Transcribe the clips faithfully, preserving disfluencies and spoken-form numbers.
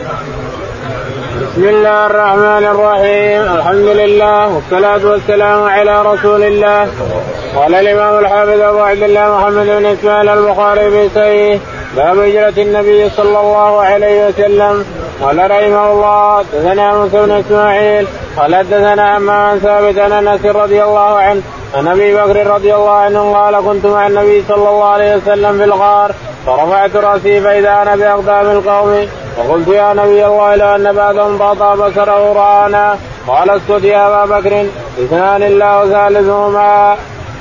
بسم الله الرحمن الرحيم. الحمد لله والصلاة والسلام على رسول الله. قال الإمام الحافظ أبو عبد الله محمد بن إسماعيل البخاري في صحيحه باب هجرة النبي صلى الله عليه وسلم. قال رحمه الله حدثنا موسى بن إسماعيل قال حدثنا عن ثابت عن أنس رضي الله عنه عن أبي بكر رضي الله عنه قال كنت مع النبي صلى الله عليه وسلم في الغار فرفعت رأسي فإذا أنا بأقدام القوم وقلت يا نبي الله لو أن بعضهم ضاع بصره رآنا قال اسكت يا أبا بكر اثنان الله ثالثهما.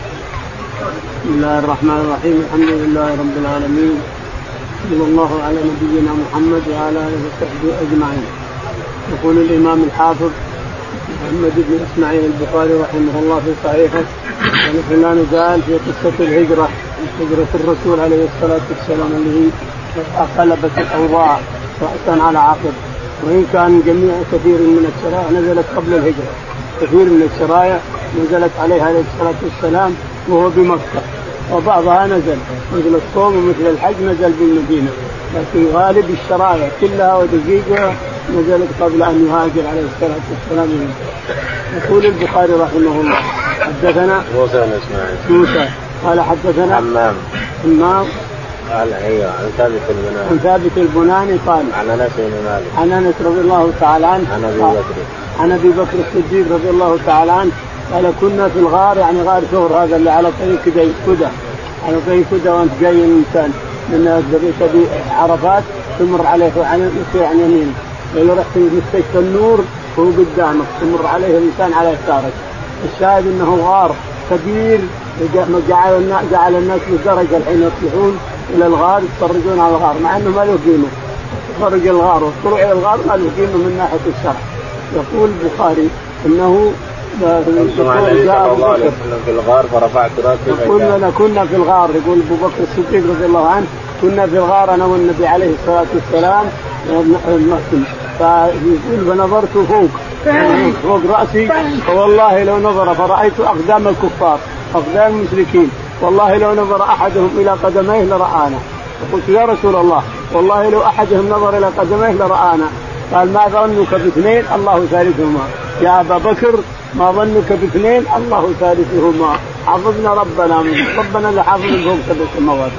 بسم الله الرحمن الرحيم. الحمد لله رب العالمين صلى الله على نبينا محمد وعلى آله وصحبه أجمعين. يقول الإمام الحافظ محمد بن إسماعيل البخاري رحمه الله في صحيحه ونحن لا نزال في قصة الهجرة هجرة الرسول عليه الصلاة والسلام اللي قلبت الأوضاع رأسا على عقب. وإن كان جميع كثير من الشرائع نزلت قبل الهجرة، كثير من الشرائع نزلت عليه عليه الصلاة والسلام وهو بمكة، وبعضها نزل مثل الصوم ومثل الحج نزل بالمدينة، لكن غالب الشرائع كلها ودقيقها نزلت قبل أن يهاجر عليه الصلاة والسلام. يقول البخاري رحمه الله حدثنا موسى بن إسماعيل موسى قال حدثنا حمام حمام قال ايوه عن ثابت البناني عن ثابت البناني قال عن انس بن مالك عن انس رضي الله تعالى عنه عن ابي بكر عن ابي بكر الصديق رضي الله تعالى عنه قال كنا في الغار، يعني غار ثور هذا اللي على طريق كده على طريق كده وانت جاي الانسان من طريق عرفات تمر عليه عن يصير عن يمينه، لو رحت مستشفى النور هو قدامك تمر عليه الانسان على يسارك. الشاهد انه غار كبير جعل جعل الناس بدرجه الحين يطلعون الى الغار يتفرجون على الغار مع انه ما له قيمه، تفرج الغار والطلوع الى الغار ما له قيمه من ناحيه الشرع. يقول البخاري انه في الغار فرفعت راسي كنا كنا في الغار. يقول ابو بكر الصديق رضي الله عنه كنا في الغار انا والنبي عليه الصلاه والسلام فيقول فنظرت فوق فوق راسي فوالله لو نظر فرأيت اقدام الكفار اقدام المشركين والله لو نظر احدهم الى قدميه لرآنا. فقلت يا رسول الله والله لو احدهم نظر الى قدميه لرآنا. قال ما ظنك باثنين الله ثالثهما يا ابا بكر، ما ظنك باثنين الله ثالثهما. حفظنا ربنا ربنا اللي حافظ فوق سبع سماوات.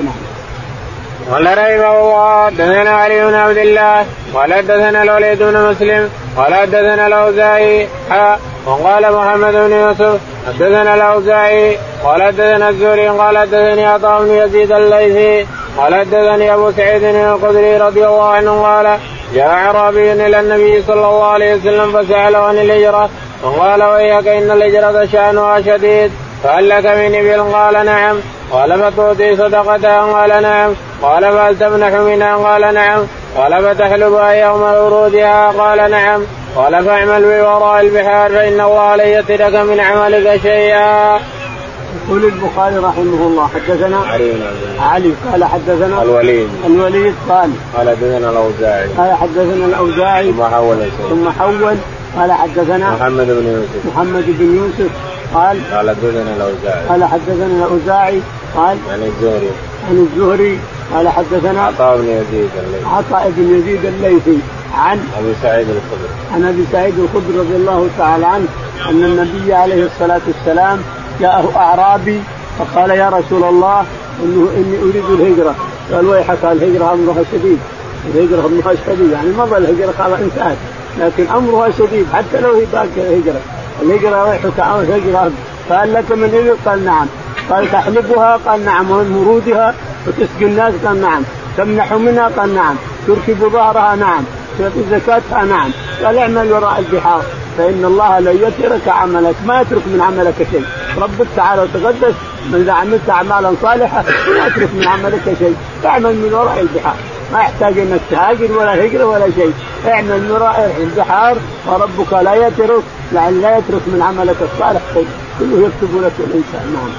قال رحمه الله حدثنا علي بن عبد الله قال حدثنا الوليد بن مسلم قال حدثنا الاوزاعي وقال محمد بن يوسف حدثنا الاوزاعي قال حدثنا الزهري قال حدثني عطاء بن يزيد الليثي قال حدثني ابو سعيد الخدري رضي الله عنه قال جاء اعرابي الى النبي صلى الله عليه وسلم فسأله عن الهجرة وقال ويحك ان الهجرة شأنها شديد فهل لك من ابل؟ قال نعم. قال فتؤتي صدقتها؟ قال نعم. قال فهل تمنح منها؟ قال نعم. قال فتحلبها يوم ورودها؟ قال نعم. قال فاعمل بوراء البحار فإن الله لن يترك من عملك شيئا. يقول البخاري رحمه الله حدثنا علي علي قال حدثنا الوليد الوليد قال قال حدثنا الأوزاعي قال حدثنا الأوزاعي ثم حول ثم حول قال حدثنا محمد بن يوسف محمد بن يوسف قال قال حدثنا الأوزاعي قال حدثنا الأوزاعي قال عن الزهري عن الزهري قال حدثنا عطاء بن يزيد الليثي عطاء بن يزيد الليثي عن أبي سعيد الخدري عن أبي سعيد الخدري رضي الله تعالى عنه أن النبي عليه الصلاة والسلام جاءه أعرابي فقال يا رسول الله إنه إني أريد الهجرة. قال ويحك الهجرة أمرها شديد، الهجرة أمرها شديد يعني مضى الهجرة خلاص انتهت، لكن أمرها شديد حتى لو هي باقي الهجرة الهجرة ويحك أو الهجرة. قال لك من إبل؟ قال نعم. قال تحلبها؟ قال نعم. ومن مرودها وتسقي الناس؟ قال نعم. تمنح منها؟ قال نعم. تركب ظهرها؟ نعم. تعطي زكاتها؟ نعم. قال اعمل وراء البحار فإن الله لن يترك عملك، ما يترك من عملك شيء. ربك تعالى وتقدس من إذا عملت أعمالا صالحة لا يترك من عملك شيء. اعمل من وراء البحار، ما يحتاج انك تهاجر ولا هجرة ولا شيء، اعمل من وراء البحار وربك لا يترك لعل لا يترك من عملك الصالح شيء، كله يكتب لك الإنسان. نعم.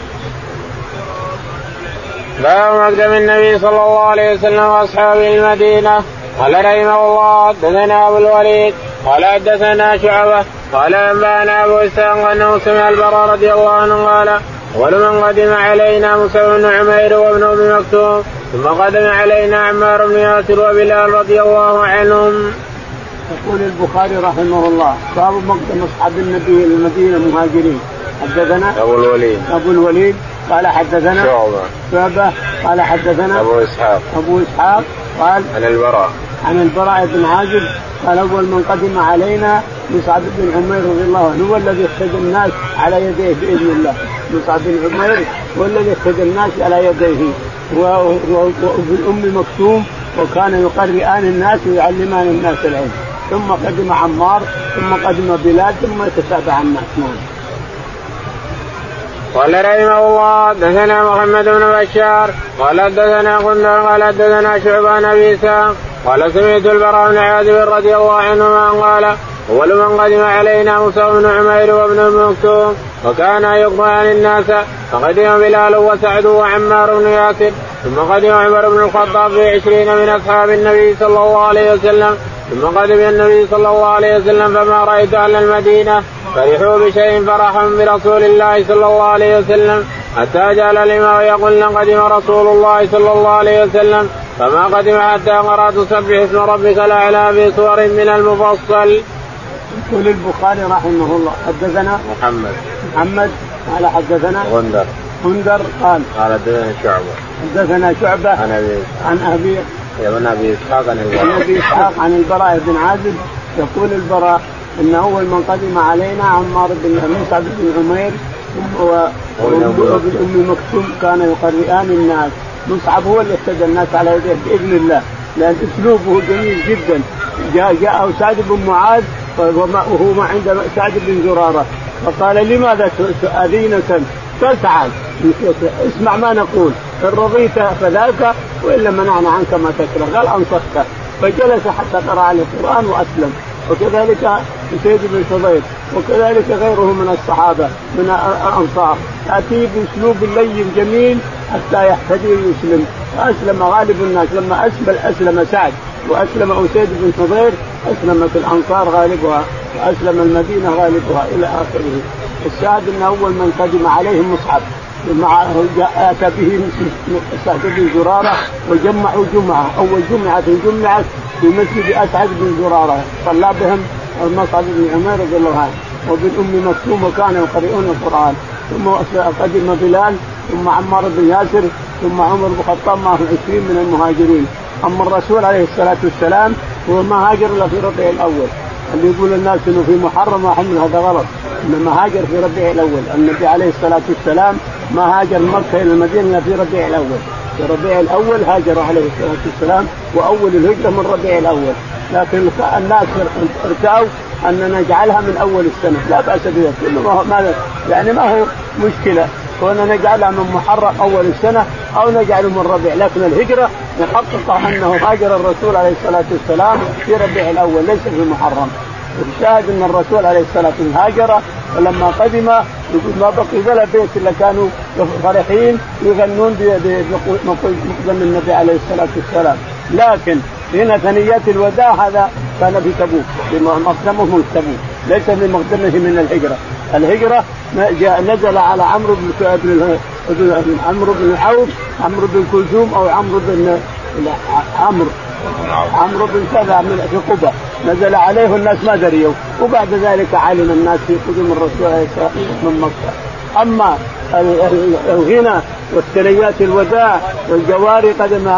باب مقدم النبي صلى الله عليه وسلم واصحابه المدينه. قال رحمه الله حدثنا ابو الوليد قال حدثنا شعبه قال انبانا ابو اسحاق انه سمع البراء رضي الله عنه قال اول من قدم علينا موسى بن عمير وابن ابي مكتوم ثم قدم علينا عمار بن ياسر وبلال رضي الله عنهم. يقول البخاري رحمه الله باب مقدم اصحاب النبي المدينه المهاجرين. حدثنا ابو الوليد ابو الوليد قال حدثنا شعبة شعبة قال حدثنا ابو اسحاق ابو اسحاق قال عن البراء عن البراء بن عازب قال اول من قدم علينا مصعب بن عمير رضي الله عنه هو الذي اهتدى الناس على يديه باذن الله. مصعب بن عمير هو الذي اهتدى الناس على يديه وابن ام مكتوم وكان يقرئان الناس ويعلمان الناس العلم. ثم قدم عمار ثم قدم بلال ثم يتتابع الناس. قال رحمه الله دثنا محمد بن بشار قال دثنا غندر قال دثنا شعبان ابي اسحاق قال سمعت البراء بن عازب رضي الله عنهما قال اول من قدم علينا مصعب بن عمير وابن ام مكتوم وكان يقضيان الناس فقدم بلال وسعد وعمار بن ياسر ثم قدم عمر بن الخطاب في عشرين من اصحاب النبي صلى الله عليه وسلم ثم قدم النبي صلى الله عليه وسلم فما رايت اهل المدينه فرحوا بشيء فرحهم برسول الله صلى الله عليه وسلم حتى جعل الإمام يقول قدم رسول الله صلى الله عليه وسلم فما قدم حتى قرأت سبح اسم ربك الأعلى في سور من المفصل. يقول البخاري رحمه الله حدثنا محمد محمد قال حدثنا غندر غندر قال قال حدثنا شعبة حدثنا شعبة عن أبي عن أبي ابن أبي إسحاق عن البراء عن أبي إسحاق عن البراء بن عازب يقول البراء إن أول من قدم علينا عمار بن مصعب بن عمير وابن أم مكتوم كان يقرئان الناس. مصعب هو اللي اهتدى الناس على يديه بإذن الله لأن أسلوبه جميل جدا. جاء جاء سعد بن معاذ وهو ما عند سعد بن زرارة فقال لماذا تؤذينا؟ قال تعال اسمع ما نقول إن رضيت فذاك وإلا منعنا عنك ما تكره. قال أنصحك فجلس حتى قرأ عليه القرآن وأسلم. وكذلك سيد بن حضير وكذلك غيره من الصحابة من الأنصار يأتي بأسلوب لين جميل حتى يحتدي ويسلم. أسلم غالب الناس لما أسلم أسلم سعد وأسلم أسيد بن حضير أسلمت الأنصار غالبها وأسلم المدينة غالبها إلى آخره. الشاهد أن أول من قدم عليهم مصعب مع أتى به سعد بن زرارة وجمعوا جمعة أول جمعة جمعت في مسجد أسعد بن زرارة صلى بهم مصعب بن عمير رضي الله عنه وابن أم مكتوم وكانوا يقرؤون القرآن. ثم قدم بلال ثم عمار بن ياسر ثم عمر بن الخطاب معه عشرين من المهاجرين. أما الرسول عليه الصلاة والسلام هو ما هاجر إلا في ربيع الأول. اللي يقول الناس إنه في محرم وحمل هذا غلط. إنما هاجر في ربيع الأول. النبي عليه الصلاة والسلام ما هاجر مكة إلى المدينة في ربيع الأول. في ربيع الأول هاجر عليه الصلاة والسلام وأول الهجرة من ربيع الأول. لكن الناس ارتأوا أن نجعلها من أول السنة لا بأس بها يعني ما هو مشكلة كنا نجعلها من محرم أول السنة أو نجعله من ربيع. لكن الهجرة نحقق أنه هاجر الرسول عليه الصلاة والسلام في ربيع الأول ليس في محرم. الشاهد أن الرسول عليه الصلاة والسلام هاجر ولما قدم يقول ما بقي ولا بيت إلا كانوا فرحين يغنون بمقدم النبي عليه الصلاة والسلام. لكن هنا ثنيات الوداع هذا كان في تبوك مقدمه من تبوك ليس بمقدمه من الهجرة. الهجرة نزل على عمرو بن عمرو بن عوف عمرو بن كلثوم أو عمرو بن عمرو عمرو بن كذا في قبة نزل عليه الناس ما دريوا وبعد ذلك علم الناس في قدوم الرسول عليه الصلاة والسلام من مكة. أما الغنى والثنيات الوداع والجواري قدم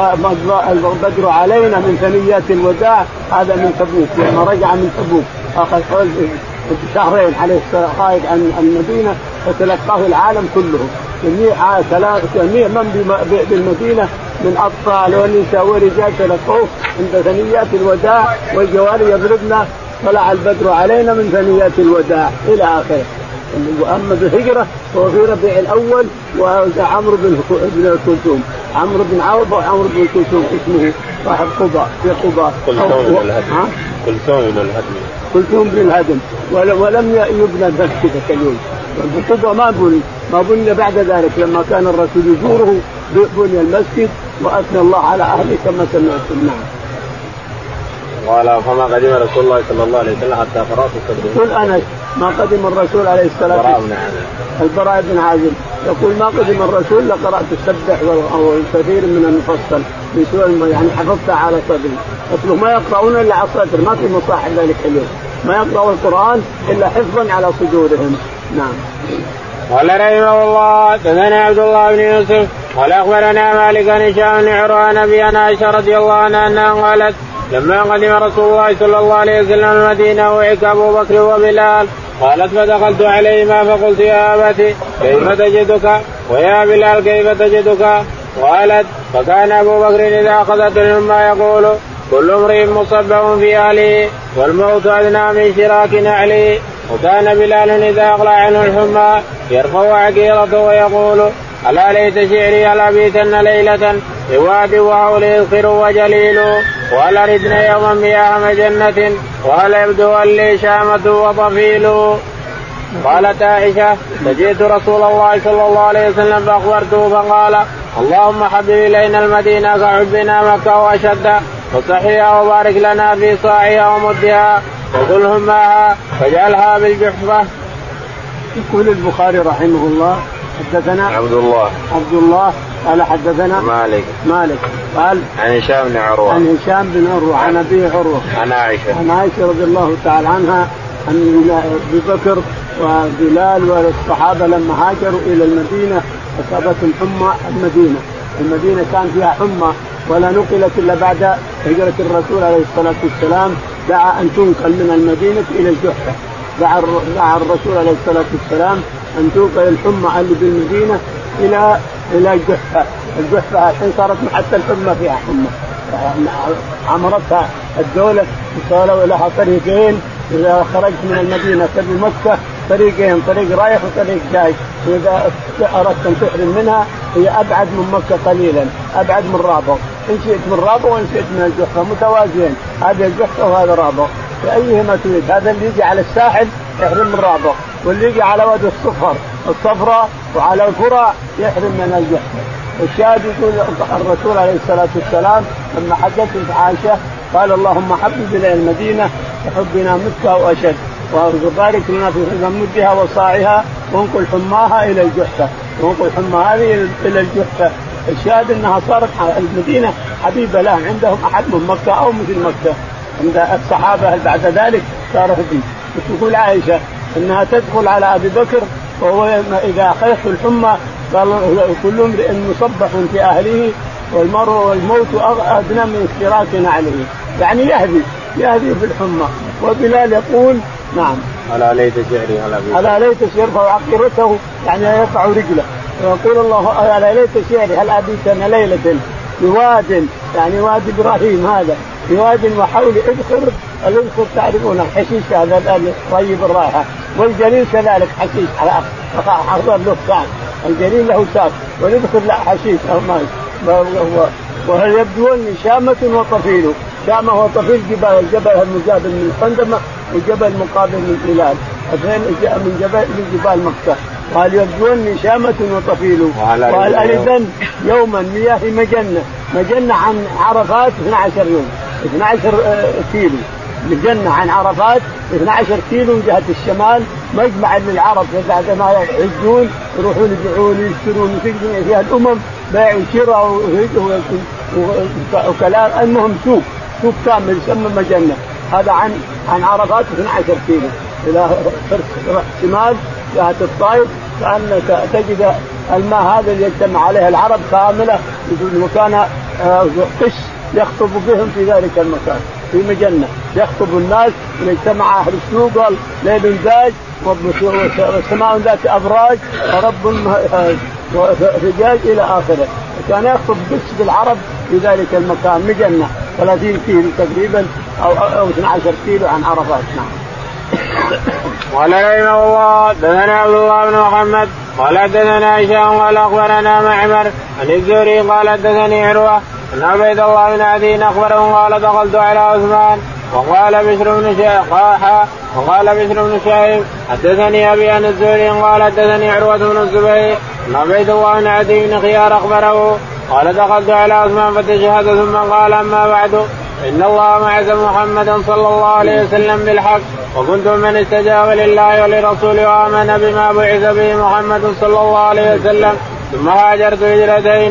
البدر علينا من ثنيات الوداع هذا من تبوك لما رجع من تبوك أخذ شهرين عليه الصلاة خارج عن المدينة فتلقاه العالم كله جميع جميع من بالمدينة من أطفال ونساء ورجال تلقوه عند ثنيات الوداع والجواري يضربنا طلع البدر علينا من ثنيات الوداع إلى آخره. وأما بالهجرة هو في ربيع الأول وعمرو بن كلثوم عمرو بن عوف وعمرو بن كلثوم اسمه صاحب قباء في قباء كلثوم بن الهدم كلثوم بن الهدم كلثوم بن الهدم ولم يبنى مسجد كاليوم. قباء ما بني ما بني بعد ذلك لما كان الرسول يزوره بني المسجد وأثنى الله على أهله كما سمعتم. نعم. قال فما قدم رسول الله صلى الله عليه وسلم حتى قرأت السبع. قل أنا ما قدم الرسول عليه الصلاة والسلام البراء بن عازب يقول ما قدم الرسول لقرأت السبع والكثير من المفصل في سورة يعني حفظتها على صدري. أصله ما يقرؤون إلا على الصدر، ما في مصاحف ذلك اليوم، ما يقرأوا القرآن إلا حفظا على صدورهم. نعم. قال رحمه الله دثنا عبد الله بن يوسف قال أخبرنا مالك عن هشام بن عروة عن أبي عائشة رضي الله عنها أنها قالت لما قدم رسول الله صلى الله عليه وسلم المدينة وعك أبو بكر وبلال قالت فدخلت عليهما فقلت يا أبتي كيف تجدك ويا بلال كيف تجدك؟ قالت فكان أبو بكر إذا أخذت مما يقول كل امرئ مصبح في أهله والموت أدنى من شراك نعله. وكان بلال إذا أقلع عنه الحمى يرفع عقيرته ويقول ألا ليت شعري ألا بيتن ليلة بواد وهول يذكر وجليل وألا ردن يوما مياه مجنة وألا يبدو لي شامة وطفيل. قالت عائشة فجئت رسول الله صلى الله عليه وسلم فأخبرته فقال اللهم حبب إلينا المدينة كحبنا مكة وأشد وصحيها وبارك لنا في صاعها ومدها وكلهم معها فاجعلها بالجحفة. يقول البخاري رحمه الله حدثنا عبد الله عبد الله قال حدثنا مالك مالك قال عن هشام بن عروة عن هشام بن عروة عن أبي عروة عن عائشة عن عائشة رضي الله تعالى عنها أن أبي بكر وبلال والصحابة لما هاجروا إلى المدينة أصابتهم حمى المدينة. المدينة كان فيها حمى ولا نقلت إلا بعد هجرة الرسول عليه الصلاة والسلام، دعا أن تنقل من المدينة إلى الجحفة، دعا دعا الرسول عليه الصلاة والسلام أن تنقل الحمى اللي بالمدينة إلى إلى الجحفة. الجحفة الحين صارت حتى الحمى فيها حمى، عمرتها الدولة وصاروا لها طريقين إذا خرجت من المدينة تبي مكة طريقين، طريق رايح وطريق جاي، وإذا أردت أن تحرم منها هي أبعد من مكة قليلا، أبعد من رابغ، إن شئت من رابغ وإن شئت من الجحفة متوازيين، هذا الجحفة وهذا رابغ، فأيهما تريد. هذا اللي يجي على الساحل يحرم من رابغ، واللي يجي على وادي الصفر الصفراء وعلى القرى يحرم من الجحفة. الشاهد يقول الرسول عليه الصلاة والسلام لما حدثت عائشة قال اللهم حبب إلى المدينة وحبنا مكة وأشد وبارك لنا في مدها وصاعها وانقل حماها إلى الجحفة، وانقل حمى هذه إلى الجحفة. الشاهد أنها صارت المدينة حبيبة لهم، عندهم أحد من مكة أو مثل مكة عند الصحابة. بعد ذلك صار حبيب. وتقول عائشة أنها تدخل على أبي بكر وهو إذا أخذت الحمى قال كل امرئ مصبح في أهله والمرء والموت أدنى من اشتراك نعله، يعني يهدي يهدي في الحمى. وبلال يقول نعم ألا ليت شعري ألا ليت شعري عقيرته يعني يقع رجله، ويقول الله ألا ليت شعري هل أبيتنا ليلة بواد يعني واد إبراهيم هذا بواد وحول إذخر. الإذخر تعرفون الحشيش هذا طيب الرائحة، والجليل كذلك حشيش على أخضر له ساق، الجليل له ساق والإذخر لا حشيش أو ماء. وهل يبدون شامة وطفيل، شامة وطفيل جبال، الجبل المجابل من القندمة والجبل المقابل من الهلال، اثنين من جبل من جبال مكة. قال يبدون شامة وطفيل. قال أيضا يوما مياه مجنة، مجنة عن عرفات اثني عشر يوم، اثني عشر كيلو مجنة عن عرفات اثني عشر كيلو من جهة الشمال، مجمع للعرب بعد ما يحجون يروحون يبيعون يشترون وتجمع فيها الأمم بيع وشراء وكلام. المهم سوق سوق كامل يسمى مجنة. هذا عن عن عرفات اثني عشر كيلو إلى شمال جهة الطائف، كأنك تجد الماء هذا اللي يجتمع عليه العرب كاملة مكان قش يخطب بهم في ذلك المكان في مجنة، يخطب الناس ويجتمع أهل السوق ليل زاج والسماء ذات أبراج ورب رجاج إلى آخره. كان يخطب بس بالعرب في ذلك المكان مجنة ثلاثين كيلو تقريبا أو أو اثني عشر كيلو عن عرفات. نعم. قال رحمه الله دثنا عبد الله بن محمد قال دثنا هشام قال أخبرنا معمر عن الزهري قال دثني عروة أن عبيد الله بن عدي أخبره قال دخلت على عثمان وقال بشر بن شيخ وقال بشر بن شيخ حدثني أبي عن الزهري قال حدثني عروة بن الزبير أن عبيد الله بن عدي بن خيار أخبره قال دخلت على عثمان فتشهد ثم قال أما بعد إن الله بعث محمدا صلى الله عليه وسلم بالحق وكنت من استجاب لله ولرسوله وآمن بما بعث به محمد صلى الله عليه وسلم ثم هاجرت هجرتين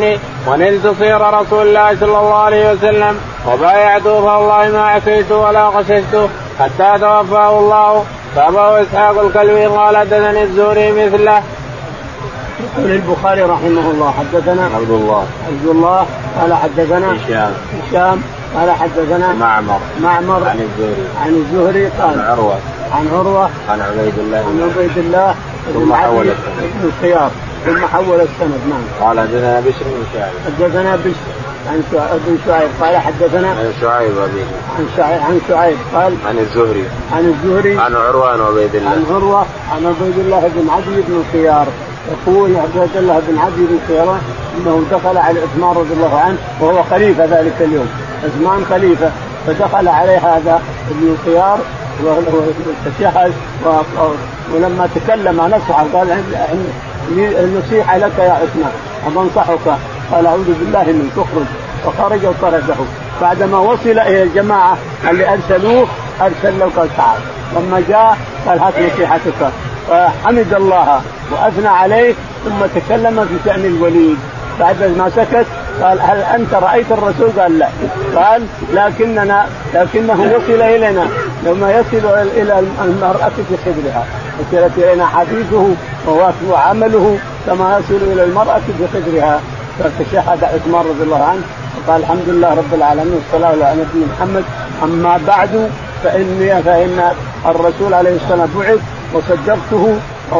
ونلت صير رسول الله صلى الله عليه وسلم وبايعته فوالله ما عصيت ولا غششت حتى توفاه الله. فأبو إسحاق الكلبي قال حدثني الزهري مثله. يقول البخاري رحمه الله حدثنا عبد الله عبد الله قال حدثنا هشام هشام قال حدثنا معمر معمر عن الزهري عن الزهري قال عن عروة عن عروة عن عبيد الله عن عبيد الله ثم حول السند بن الخيار ثم حول السند. نعم. قال حدثنا بشر بن شعيب حدثنا بشر عن بن شعيب قال حدثنا عن شعيب أبيه عن شعيب عن شعيب قال عن الزهري عن الزهري عن عروة عن عبيد الله عن عروة عن عبيد الله بن عدي بن الخيار يقول عبد الله بن عدي بن الخيار انه دخل على عثمان رضي الله عنه وهو خليفه ذلك اليوم. عثمان خليفه فدخل عليه هذا ابن الخيار وتشهد ولما تكلم نصحه قال النصيحه لك يا عثمان أنصحك. قال أعوذ بالله من تخرج فخرج وطرده. بعدما وصل إلى الجماعة اللي أرسلوه أرسل له قال تعال. لما جاء قال هات نصيحتك فحمد الله وأثنى عليه ثم تكلم في شأن الوليد. بعد ما سكت قال هل أنت رأيت الرسول؟ قال لا. قال لكننا لكنه وصل إلينا لما يصل إلى المرأة في خدرها وصلت إلينا حديثه وعمله كما يصل إلى المرأة في خدرها. فتشهد عثمان رضي الله عنه وقال الحمد لله رب العالمين والصلاة على نبينا محمد. أما بعد فإني فإن الرسول عليه السلام بعث وصدقته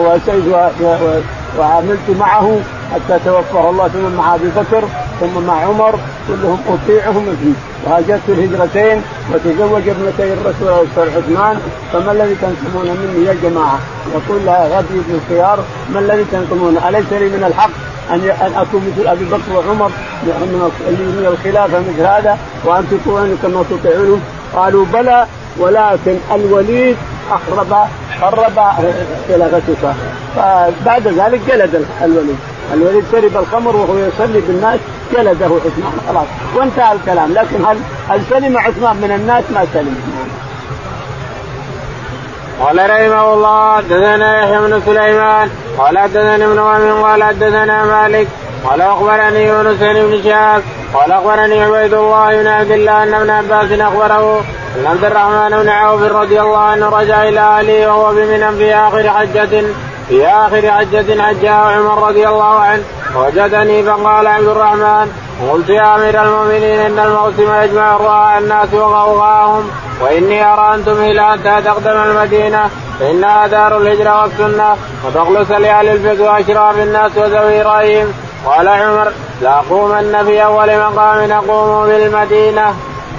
وعملت معه حتى توفاه الله ثم مع أبي بكر ثم مع عمر كلهم أطيعهم فيه. وهاجرت الهجرتين وتزوج ابنتي الرسول عليه الصلاة والسلام. فما الذي تنقمون مني يا جماعة؟ يقول لها غدي بن الخيار ما الذي تنقمون؟ أليس لي من الحق أن أكون مثل أبي بكر وعمر من الخلافة مثل هذا وأن تطيعون كما تطيعون؟ قالوا بلى ولكن الوليد أخرب خرب خلافتك. فبعد ذلك جلد الوليد الوليد شرب الخمر وهو يصلي بالناس جلده عثمان خلاص وانتهى الكلام. لكن هل هل سلم عثمان من الناس؟ ما سلم. قال رحمه الله حدثنا يحيى بن سليمان قال حدثنا ابن وهب قال حدثنا مالك قال اخبرني يونس بن شهاب قال اخبرني عبيد الله بن عبد الله ان ابن عباس اخبره ان عبد الرحمن بن عوف رضي الله عنه رجع الى اهله وهو بمنى في اخر حجه في اخر حجه حجها عمر رضي الله عنه وجدني فقال عبد الرحمن قلت يا امير المؤمنين ان الموسم يجمع رعاء الناس وغوغاهم واني ارى ان تمهل حتى تقدم المدينه فانها دار الهجره والسنه وتخلص لاهل الفقه واشراف الناس وذوي رايهم. قال عمر لا قومن في اول مقام نقوم بالمدينه.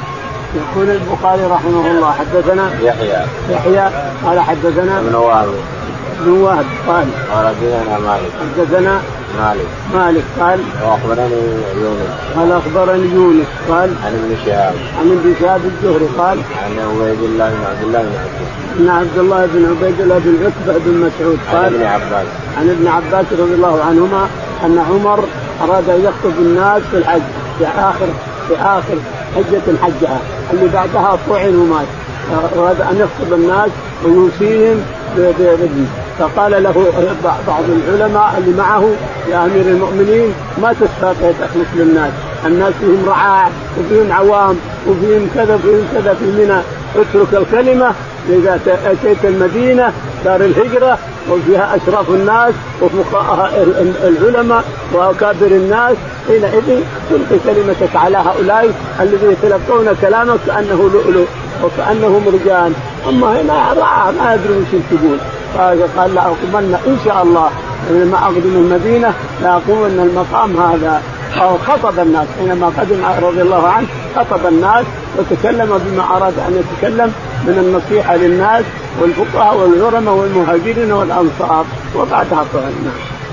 يقول البخاري رحمه الله حدثنا يحيى يحيى قال حدثنا ابن وهب ابن وهب قال قال حدثنا مالك حدثنا مالك مالك قال واخبرني يونس قال اخبرني يونس قال عن ابن شهاب عن ابن شهاب الزهري قال عن عبيد الله بن عبد الله بن عتبة عن عبد الله بن عبيد الله بن عتبة بن مسعود قال عن ابن عباس عن ابن عباس رضي الله عنهما ان عمر اراد ان يخطب الناس في الحج في اخر في اخر حجة حجها اللي بعدها طعن ومات. أراد أن يخطب الناس ويوصيهم بابنه. فقال له بعض العلماء اللي معه يا أمير المؤمنين ما تستطيع تخلص للناس الناس فيهم رعاع وفيهم عوام وفيهم كذا وفيهم كذا في منى اترك الكلمة. إذا أتيت المدينة دار الهجرة وفيها أشراف الناس وفقهاء العلماء وأكابر الناس حينئذ تلقي كلمتك على هؤلاء الذين يتلقون كلامك كأنه لؤلؤ وكأنه مرجان. أما هنا رعاع ما يدرون شو يكتبون. قال لا أقومن إن شاء الله لما أقدم المدينة لا أقومن المقام هذا. أو خطب الناس حينما قدم رضي الله عنه خطب الناس وتكلم بما أراد أن يتكلم من النصيحة للناس والفقهاء والعلماء والمهاجرين والأنصار وبعدها طلعنا.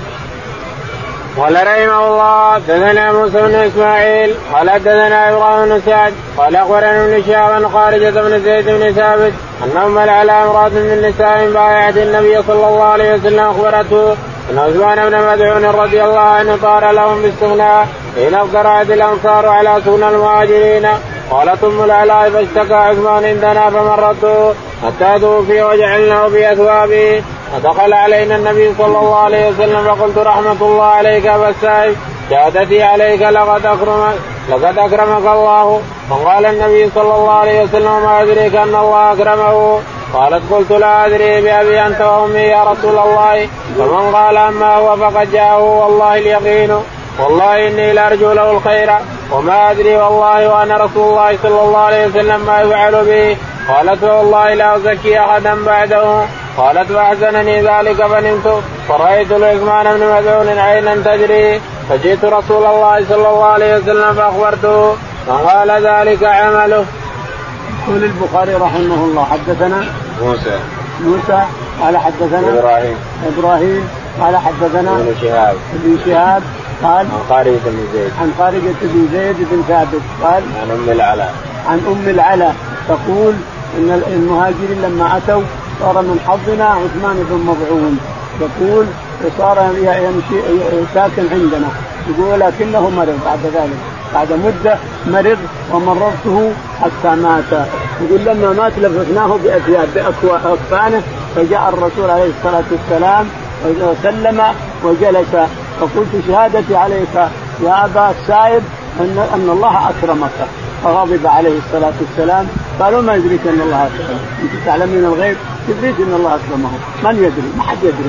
قال رحمه الله حدثنا موسى بن اسماعيل قال حدثنا ابراهيم بن سعد قال اخبرني ابن شهاب خارجة بن زيد بن ثابت انهم على امرأة من النساء بايعت النبي صلى الله عليه وسلم اخبرته ان عثمان بن مدعون رضي الله عنه طار لهم باستغناء حين افترعت الانصار على سنن المهاجرين. قالت ام العلاء فاشتكى عثمان عندنا فمرته حتى توفي وجعلناه باثوابه. فدخل علينا النبي صلى الله عليه وسلم فقلت رحمة الله عليك أبا السائب شهادتي عليك لقد أكرمك لقد أكرمك الله. فقال النبي صلى الله عليه وسلم ما أدريك أن الله أكرمه؟ قالت قلت لا أدري بأبي أنت وأمي يا رسول الله. فمن قال أما هو فقد جاءه والله اليقين والله إني لأرجو له الخير وما أدري والله وأنا رسول الله صلى الله عليه وسلم ما يفعل به. قالت والله لا أزكي أحدا بعده. قالت فأحزنني ذلك فنمت فرأيت العثمان بن مذعون عينا تجري فجئت رسول الله صلى الله عليه وسلم فأخبرته فقال ذلك عمله. يقول البخاري رحمه الله حدثنا موسى موسى قال حدثنا إبراهيم إبراهيم قال حدثنا ابن شهاب ابن شهاب قال عن قارئة بن زيد عن قارئة بن زيد بن ثابت قال عن أم العلاء عن أم العلاء تقول إن المهاجرين لما أتوا صار من حظنا عثمان بن مظعون. يقول وصار يمشي ساكن عندنا. يقول لكنه مرض بعد ذلك بعد مدة مرض ومرضته حتى مات. يقول لما مات لففناه بأثياب بأكفانه فجاء الرسول عليه الصلاة والسلام وسلم وجلس فقلت شهادتي عليك يا أبا السائب أن, أن الله أكرمك. فغضب عليه الصلاة والسلام قالوا ما يدريك أن الله أكرمه أنت تعلمين الغيب تدريك أن الله أكرمه من يدري ما حد يدري.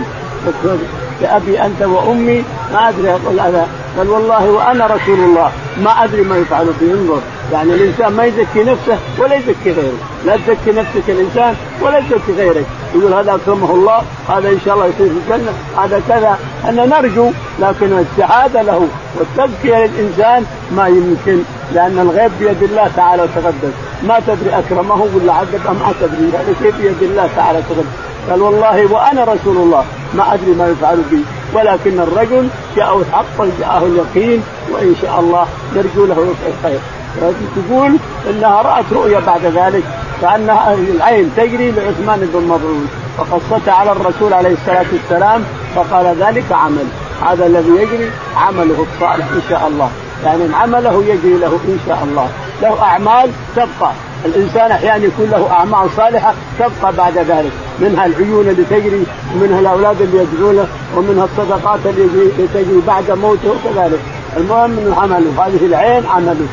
يا أبي أنت وأمي ما أدري أقول هذا. قال والله وأنا رسول الله ما أدري ما يفعل به. انظر يعني الإنسان ما يزكي نفسه ولا يزكي غيره. لا تزكي نفسك الإنسان ولا يزكي غيرك. يقول هذا أكرمه الله هذا إن شاء الله يصير في الجنة هذا كذا. أن نرجو لكن السعادة له والتزكية للإنسان ما يمكن لأن الغيب بيد الله تعالى وتقدس. ما تدري أكرمه ولا عذب أم أتدري هذا شيء بيد الله تعالى وتقدس. قال والله وأنا رسول الله ما أدري ما يفعل بي ولكن الرجل جاءه الحق جاءه اليقين وإن شاء الله نرجو له الخير. تقول إنها رأت رؤيا بعد ذلك كأنها العين تجري لعثمان بن مظعون فقصت على الرسول عليه الصلاة والسلام فقال ذلك عمل هذا الذي يجري عمله الصالح إن شاء الله. يعني عمله يجري له إن شاء الله. له أعمال تبقى الإنسان أحيانا يكون له أعمال صالحة تبقى بعد ذلك منها العيون اللي تجري ومنها الأولاد اللي يدعونه ومنها الصدقات اللي تجري بعد موته وكذلك. المهم من عمله هذه العين عمله.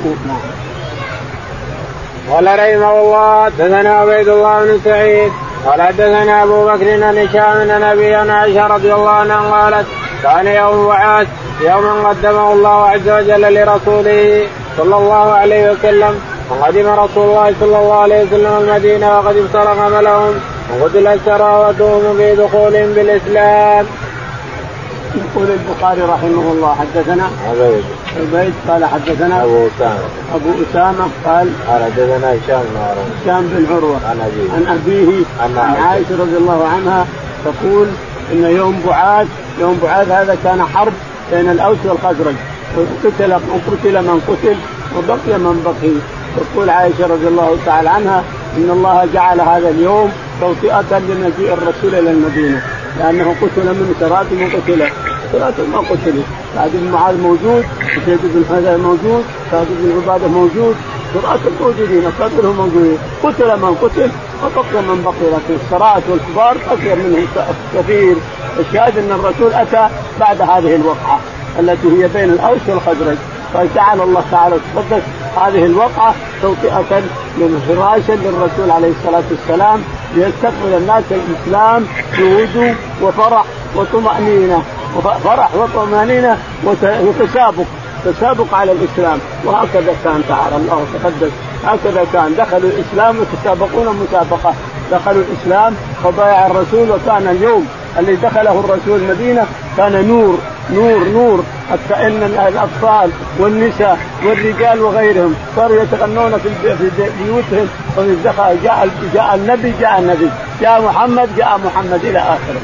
قال رحمه الله حدثنا عبيد الله بن سعيد قال حدثنا أبو بكر عن هشام عن أبي عائشة رضي الله عنها قالت كان يوم بعاث يوما قدمه الله عز وجل لرسوله صلى الله عليه وسلم وقدم رسول الله صلى الله عليه وسلم المدينة وقد ابتلغ عملهم وقتل شراوتهم في دخولهم بالإسلام. يقول البخاري رحمه الله حدثنا عبيد عبيد قال حدثنا أبو أسامة أبو أسامة قال حدثنا هشام بن عروة هشام بن عروة عن أبيه عن أبيه عن عائشة رضي الله عنها تقول إن يوم بعاث يوم بعاث هذا كان حرب بين الأوس والخزرج وقتل وقتل من قتل وبقي من بقي. تقول عائشة رضي الله تعالى عنها إن الله جعل هذا اليوم توطئة لمجيء الرسول إلى المدينة لأنه قتل من سرات وقتل سرات ما قتل. سعد بن معاذ موجود وزيد بن حذيفة موجود سعد بن عبادة موجود سرات الموجودين قتلهم موجودين قتل من قتل وبقي من بقي. لكن السرات والكبار أكثر منهم كثير. الشاهد أن الرسول أتى بعد هذه الوقعة التي هي بين الأوس والخزرج فجعل الله تعالى تقدس هذه الوقعة توطئة فراشا للرسول عليه الصلاة والسلام ليستقبل الناس الإسلام بهدوء وفرح وطمأنينة وفرح وطمأنينة وتسابق تسابق على الإسلام. وهكذا كان تعالى الله تقدس هكذا كان دخلوا الإسلام وتسابقون مسابقة دخلوا الإسلام فبايع الرسول. وكان اليوم اللي دخله الرسول المدينة كان نور نور نور حتى إن الأطفال والنساء والرجال وغيرهم صاروا يتغنون في بيوتهم. ودخل جاء جاء النبي جاء النبي جاء محمد جاء محمد إلى آخره.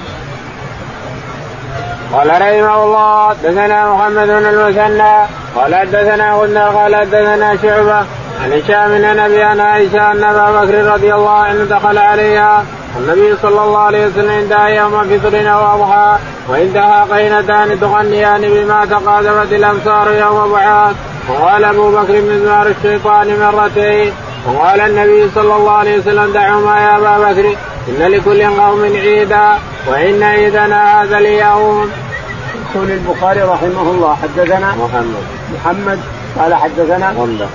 قال رحمه الله حدثنا محمد بن المثنى قال حدثنا غندر قال حدثنا شعبة عن هشام عن أبي عائشة أن أبا بكر رضي الله عنه دخل عليها النبي صلى الله عليه وسلم عندها يوم فطر أو أضحى وعندها قينتان تغنيان بما تقادمت الأمصار يوم بعاث. وقال أبو بكر مزمار الشيطان مرتين. وقال النبي صلى الله عليه وسلم دعهما يا أبا بكر إن لكل قوم عيدا وإن عيدنا هذا اليوم. يقول البخاري رحمه الله حدثنا محمد محمد قال حدثنا غندر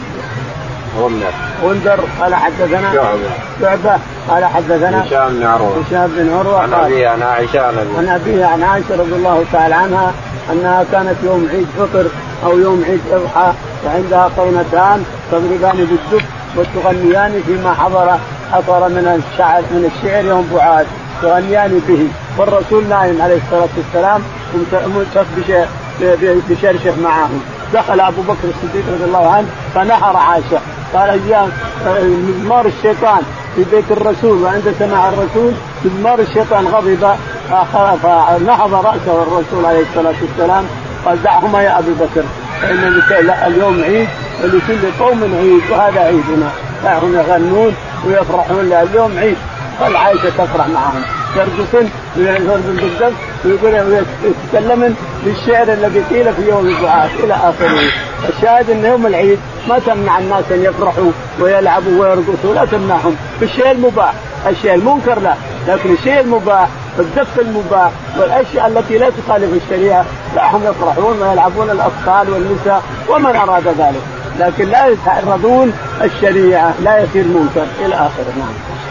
غندر غندر قال حدثنا شعبة شعبة قال حدثنا هشام بن عروة هشام بن عروة عن أبيه عن عائشة عن أبيه عن عائشة رضي الله تعالى عنها أنها كانت يوم عيد فطر أو يوم عيد أضحى وعندها قونتان تضربان بالدف وتغنيان فيما حضر حضر من الشعر من الشعر يوم بعاد تغنيان به، والرسول نائم عليه الصلاة والسلام ملتف بشرشف معهم. دخل أبو بكر الصديق رضي الله عنه فنحر عائشة قال أيام مزمار الشيطان في بيت الرسول وعند سماع الرسول مزمار الشيطان غضب فنهض رأسه الرسول عليه الصلاة والسلام قال دعهما يا أبي بكر فإن اليوم عيد ولكل قوم عيد وهذا عيدنا، دعهم يغنون ويفرحون اليوم عيد. قال عائشة تفرح معهم يرقصن ويرقصن بالدف ويتكلمن بالشعر الذي قيل في يوم الدعاء إلى آخره. الشاهد أن يوم العيد ما تمنع الناس أن يفرحوا ويلعبوا ويرقصوا، لا تمنعهم بالشيء المباح. الشيء المنكر لا، لكن الشيء المباح والدف المباح والأشياء التي لا تخالف الشريعة لا هم يفرحون ويلعبون الأطفال والنساء ومن أراد ذلك، لكن لا يتعرضون الشريعة لا يصير منكر إلى آخره. نعم.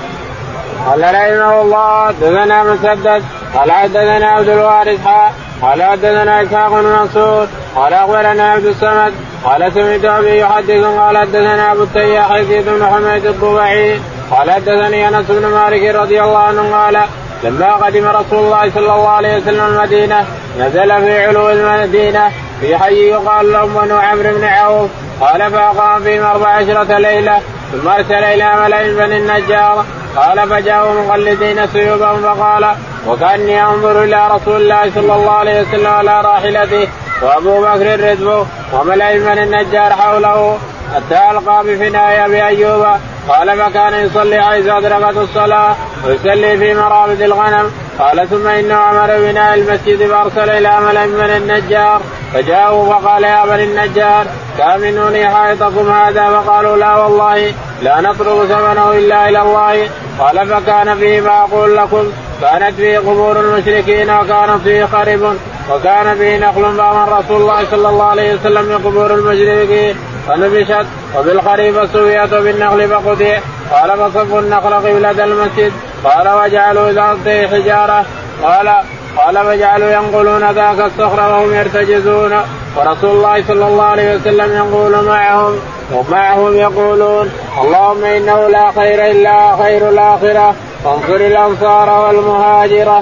قال رحمه الله حدثنا مسدد قال حدثنا عبد الوارث قال حدثنا إسحاق بن منصور قال أخبرنا عبد الصمد قال سمعت أبي يحدث قال حدثنا أبو التياح يزيد بن حميد الضبعي قال حدثني أنس بن مالك رضي الله عنه قال لما قدم رسول الله صلى الله عليه وسلم المدينة نزل في علو المدينة في حي يقال له بنو عمرو بن عوف قال فأقام فيهم أربع عشرة ليلة ثم أرسل إلى ملأ بني النجار قال فجاءوا مقلدين سيوبهم فقال وكأني أنظر إلى رسول الله صلى الله عليه وسلم على راحلته وأبو بكر رزبه وملأ بني النجار حوله حتى ألقى بفناء أبي أيوب قال فكان يصلي حيث أدركت الصلاة ويصلي في مرابد الغنم قال ثم إنه أمر بناء المسجد فأرسل إلى ملأ بني النجار فجاءوا فقال يا بني النجار كامنوني حائطكم هذا فقالوا لا والله لا نطلب ثمنه إلا إلى الله قال فكان فيه ما أقول لكم كانت فيه قبور المشركين وكانت فيه خرب وكان فيه نخل فأمر رسول الله صلى الله عليه وسلم بقبور المشركين فنبشت وبالخريف سويت وبالنخل فقطع قال فصفوا النخل قبلة المسجد قال وجعلوا ذات حجارة قال قال فجعلوا ينقلون ذاك الصخر وهم يرتجزون ورسول الله صلى الله عليه وسلم ينقل معهم ومعهم يقولون اللهم إنه لا خير إلا خير الآخرة فانصر الأنصار والمهاجرة.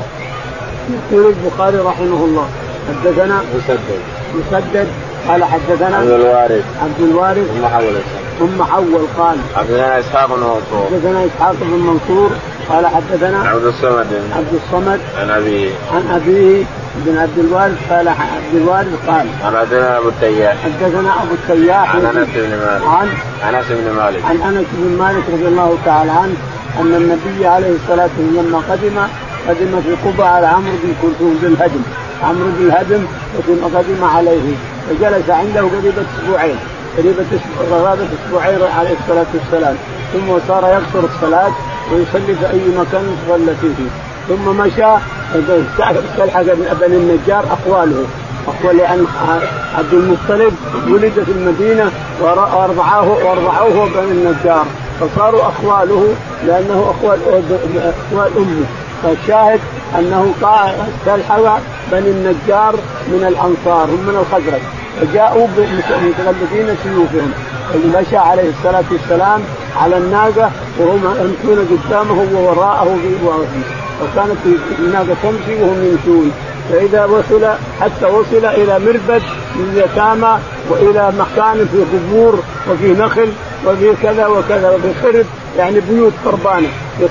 يقول البخاري رحمه الله حدثنا مسدد مسدد قال حدثنا عبد الوارث عبد الوارث ثم حول ثم حول قال حدثنا إسحاق بن منصور حدثنا إسحاق بن منصور قال حدثنا عبد الصمد عبد الصمد عن أبيه عن أبيه بن عبد الوارث قال عبد الوارث قال حدثنا أبو التياح حدثنا أبو التياح عن أنس بن مالك عن أنس بن مالك عن أنس بن مالك رضي الله تعالى عنه أن النبي عليه الصلاة والسلام لما قدم قدم في قبة على عمرو بن كلثوم بن الهدم عمرو بن الهدم ثم قدم عليه فجلس عنده قريبة أسبوعين قريبة غرابة أسبوعين عليه الصلاة والسلام ثم صار يقصر الصلاة ويصلي في أي مكان صلى فيه ثم مشى استلحق بني النجار أقواله أقوال لأن عبد المطلب ولد في المدينة وأرضعوه وأرضعوه بني النجار فصاروا أخواله لأنه أخوال أخوال أمه. فالشاهد أنه استلحق بني النجار من الأنصار هم من الخزرج فجاءوا متغلبين سيوفهم مشى عليه الصلاة والسلام على الناقة وهم يمشون قدامه ووراءه وكانت الناقة تمشي وهم يمشون فإذا وصل حتى وصل إلى مربد من يتامى وإلى مكان في قبور وفي نخل وفي كذا وكذا وفي خرب يعني بيوت خربانة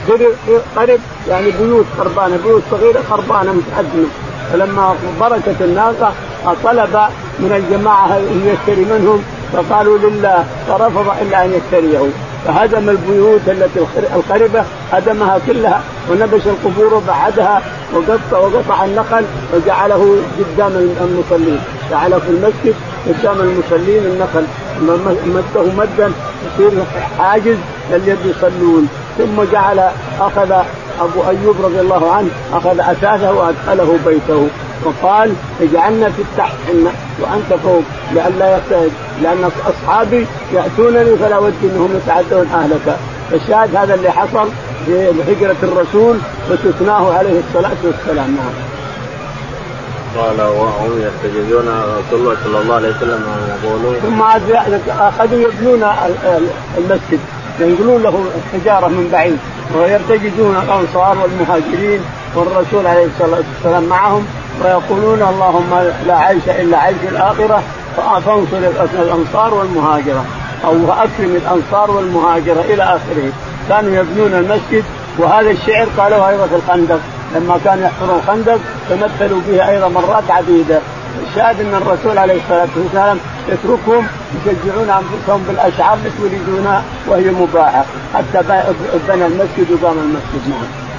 قرب يعني بيوت خربانة بيوت صغيرة خربانة متقدمة. فلما بركت الناقة طلب من الجماعة أن يشتري منهم فقالوا لله فرفض إلا أن يشتريه فهدم البيوت التي الخربة هدمها كلها ونبش القبور وبعدها وقطع وقطع النخل وجعله قدام المصلين جعله في المسجد قدام المصلين النخل مده مدا يصير حاجز للي يصلون. ثم جعل أخذ أبو أيوب رضي الله عنه أخذ أساسه وأدخله بيته وقال اجعلنا في التحت وأنت فوق لئلا يحتاج، لأن أصحابي يأتونني فلا ود أنهم يتعدون أهلك. فالشاهد هذا اللي حصل في هجرة الرسول وسكناه عليه الصلاة والسلام. نعم. قال وهم يستجيزون رسول الله صلى الله عليه وسلم يقولون ثم أخذوا يبنون المسجد ينقلون له الحجارة من بعيد ويرتجزون الأنصار والمهاجرين والرسول عليه الصلاة والسلام معهم ويقولون اللهم لا عيش إلا عيش الآخرة فانصر الأنصار والمهاجرة أو أكرم الأنصار والمهاجرة إلى آخره. كانوا يبنون المسجد. وهذا الشعر قالوا أيضا في الخندق لما كانوا يحفرون الخندق تمثلوا به أيضا مرات عديدة. الشاهد أن الرسول عليه الصلاة والسلام يتركهم يشجعون أنفسهم بالأشعار التي يريدونها وهي مباحة حتى بنى المسجد وقام المسجد.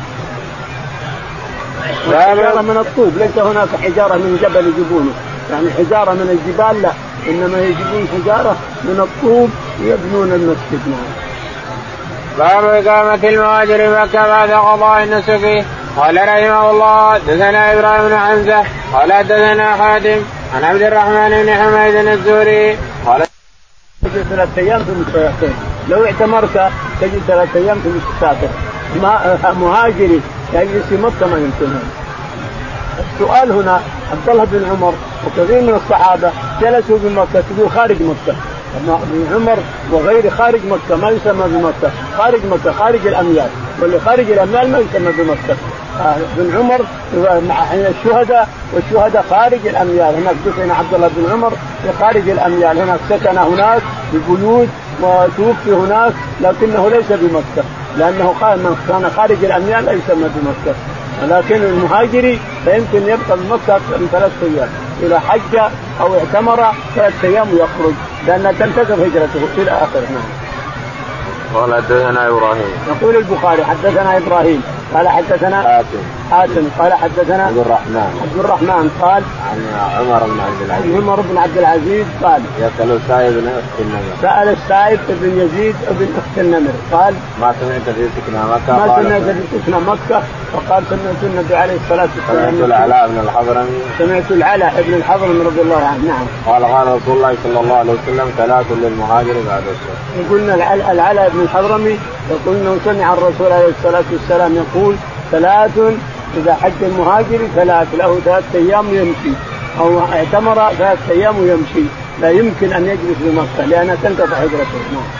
حجارة من الطوب ليس هناك حجارة من جبل يجيبونه يعني حجارة من الجبال لا إنما يجيبون حجارة من الطوب ويبنون المسجد. باب إقامة المهاجر مكة بعد قضاء النسك. قال رحمه الله دثنا إبراهيم بن حمزة قال دثنا حاتم عن عبد الرحمن بن حميد الزهري قال تجد ثلاثة أيام في المسافر لو اعتمرت تجد ثلاثة أيام في المسافر مهاجري يجلس في مكة ما يمكن. السؤال هنا عبد الله بن عمر وكثير من الصحابة جلسوا بمكة تقول خارج مكة. ابن عمر وغير خارج مكة ما يسمى بمكة خارج مكة خارج الأميال واللي خارج الأميال ما يسمى بمكة. ابن عمر مع الشهداء والشهداء خارج الأميال هناك دفن عبد الله بن عمر في خارج الأميال هناك سكن هناك ببيوت وتوفي هناك لكنه ليس بمكة لأنه كان خارج الأميال لا يسمى بمكة. لكن المهاجري فيمكن يبقى بمكة من ثلاثة أيام إلى حج أو اعتمر ثلاثة أيام ويخرج لأن تنتظر هجرته إلى آخره. قال حدثنا إبراهيم يقول البخاري حدثنا إبراهيم قال حدثنا حاتم حاتم قال حدثنا عبد الرحمن عبد الرحمن قال عن عمر بن عبد العزيز عمر بن عبد العزيز قال يسأل السائب بن أخت النمر سأل السائب بن يزيد بن أخت النمر قال ما سمعت في سكنى مكة ما سمعت في سكنى مكة فقال سمعت النبي عليه الصلاة والسلام سمعت العلاء بن الحضرمي سمعت العلاء بن الحضرمي رضي الله عنه. نعم. قال قال رسول الله صلى الله عليه وسلم ثلاث للمهاجر بعد الشهر. يقولنا العلاء بن الحضرمي يقول انه سمع الرسول عليه الصلاة والسلام يقول ثلاث إذا حج المهاجر ثلاث له ثلاثة أيام يمشي أو اعتمر ثلاثة أيام يمشي لا يمكن أن يجلس بمكة لأنها تنقطع هجرته.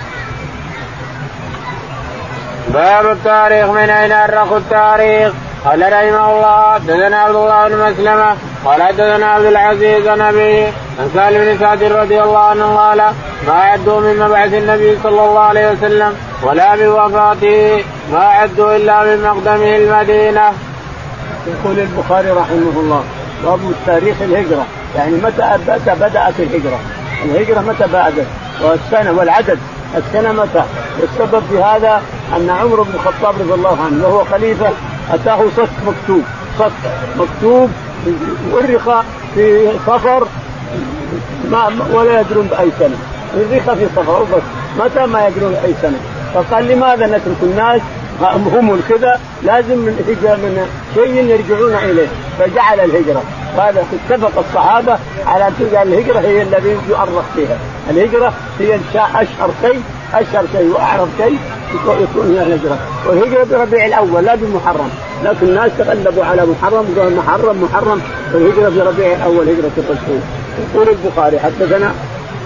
باب التاريخ من أين أرخوا التاريخ. قال رحمه الله حدثنا عبد الله بن مسلمة قال حدثنا عبد العزيز عن أبيه عن سالم بن سعد رضي الله عنه قال ما عدوا من مبعث النبي صلى الله عليه وسلم ولا من وفاته ما عدوا إلا من مقدمه المدينة. يقول البخاري رحمه الله باب التاريخ الهجرة يعني متى بدأت الهجرة الهجرة متى بدأت والسنة والعدد السنة متى. والسبب في هذا أن عمر بن الخطاب رضي الله عنه وهو خليفة أتاه صك مكتوب صك مكتوب ورخ في صفر ما ولا يدرون بأي سنة ورخ في صفر بس متى ما يدرون بأي سنة. فقال لماذا نترك الناس هم الكذا لازم من هجرة من شيء يرجعون إليه فجعل الهجرة. هذا اتفق الصحابة على أن تجعل الهجرة هي الذي يؤرخ فيها. الهجرة هي أشهر شيء أشهر شيء وأعرف شيء يكون هي الهجرة. والهجرة بربيع الأول لا بمحرم لكن الناس تغلبوا على محرم وقال محرم محرم والهجرة في ربيع الأول هجرة الرسول. يقول البخاري حدثنا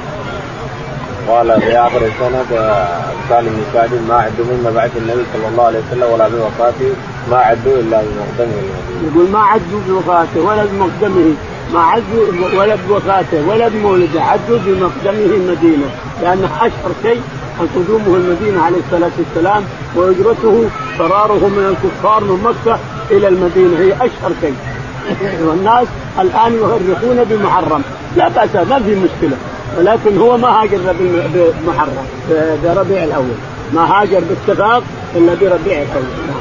قال في آخر السنة سالم بن سعد ما عدوا من مبعث النبي صلى الله عليه وسلم ولا بوفاته ما عدوا إلا بمقدمه المدينة. يقول ما عدوا بوفاته ولا بمقدمه ما عدوا ولا بوفاته ولا بمولده عدوا بمقدمه المدينة لأنه أشهر شيء أن قدومه المدينة عليه الصلاة والسلام وهجرته فراره من الكفار من مكة إلى المدينة هي أشهر شيء. والناس الآن يؤرخون بمحرم لا بأس ما في مشكلة ولكن هو ما هاجر بمحرم بربيع الأول ما هاجر باتفاق إلا بربيع الأول.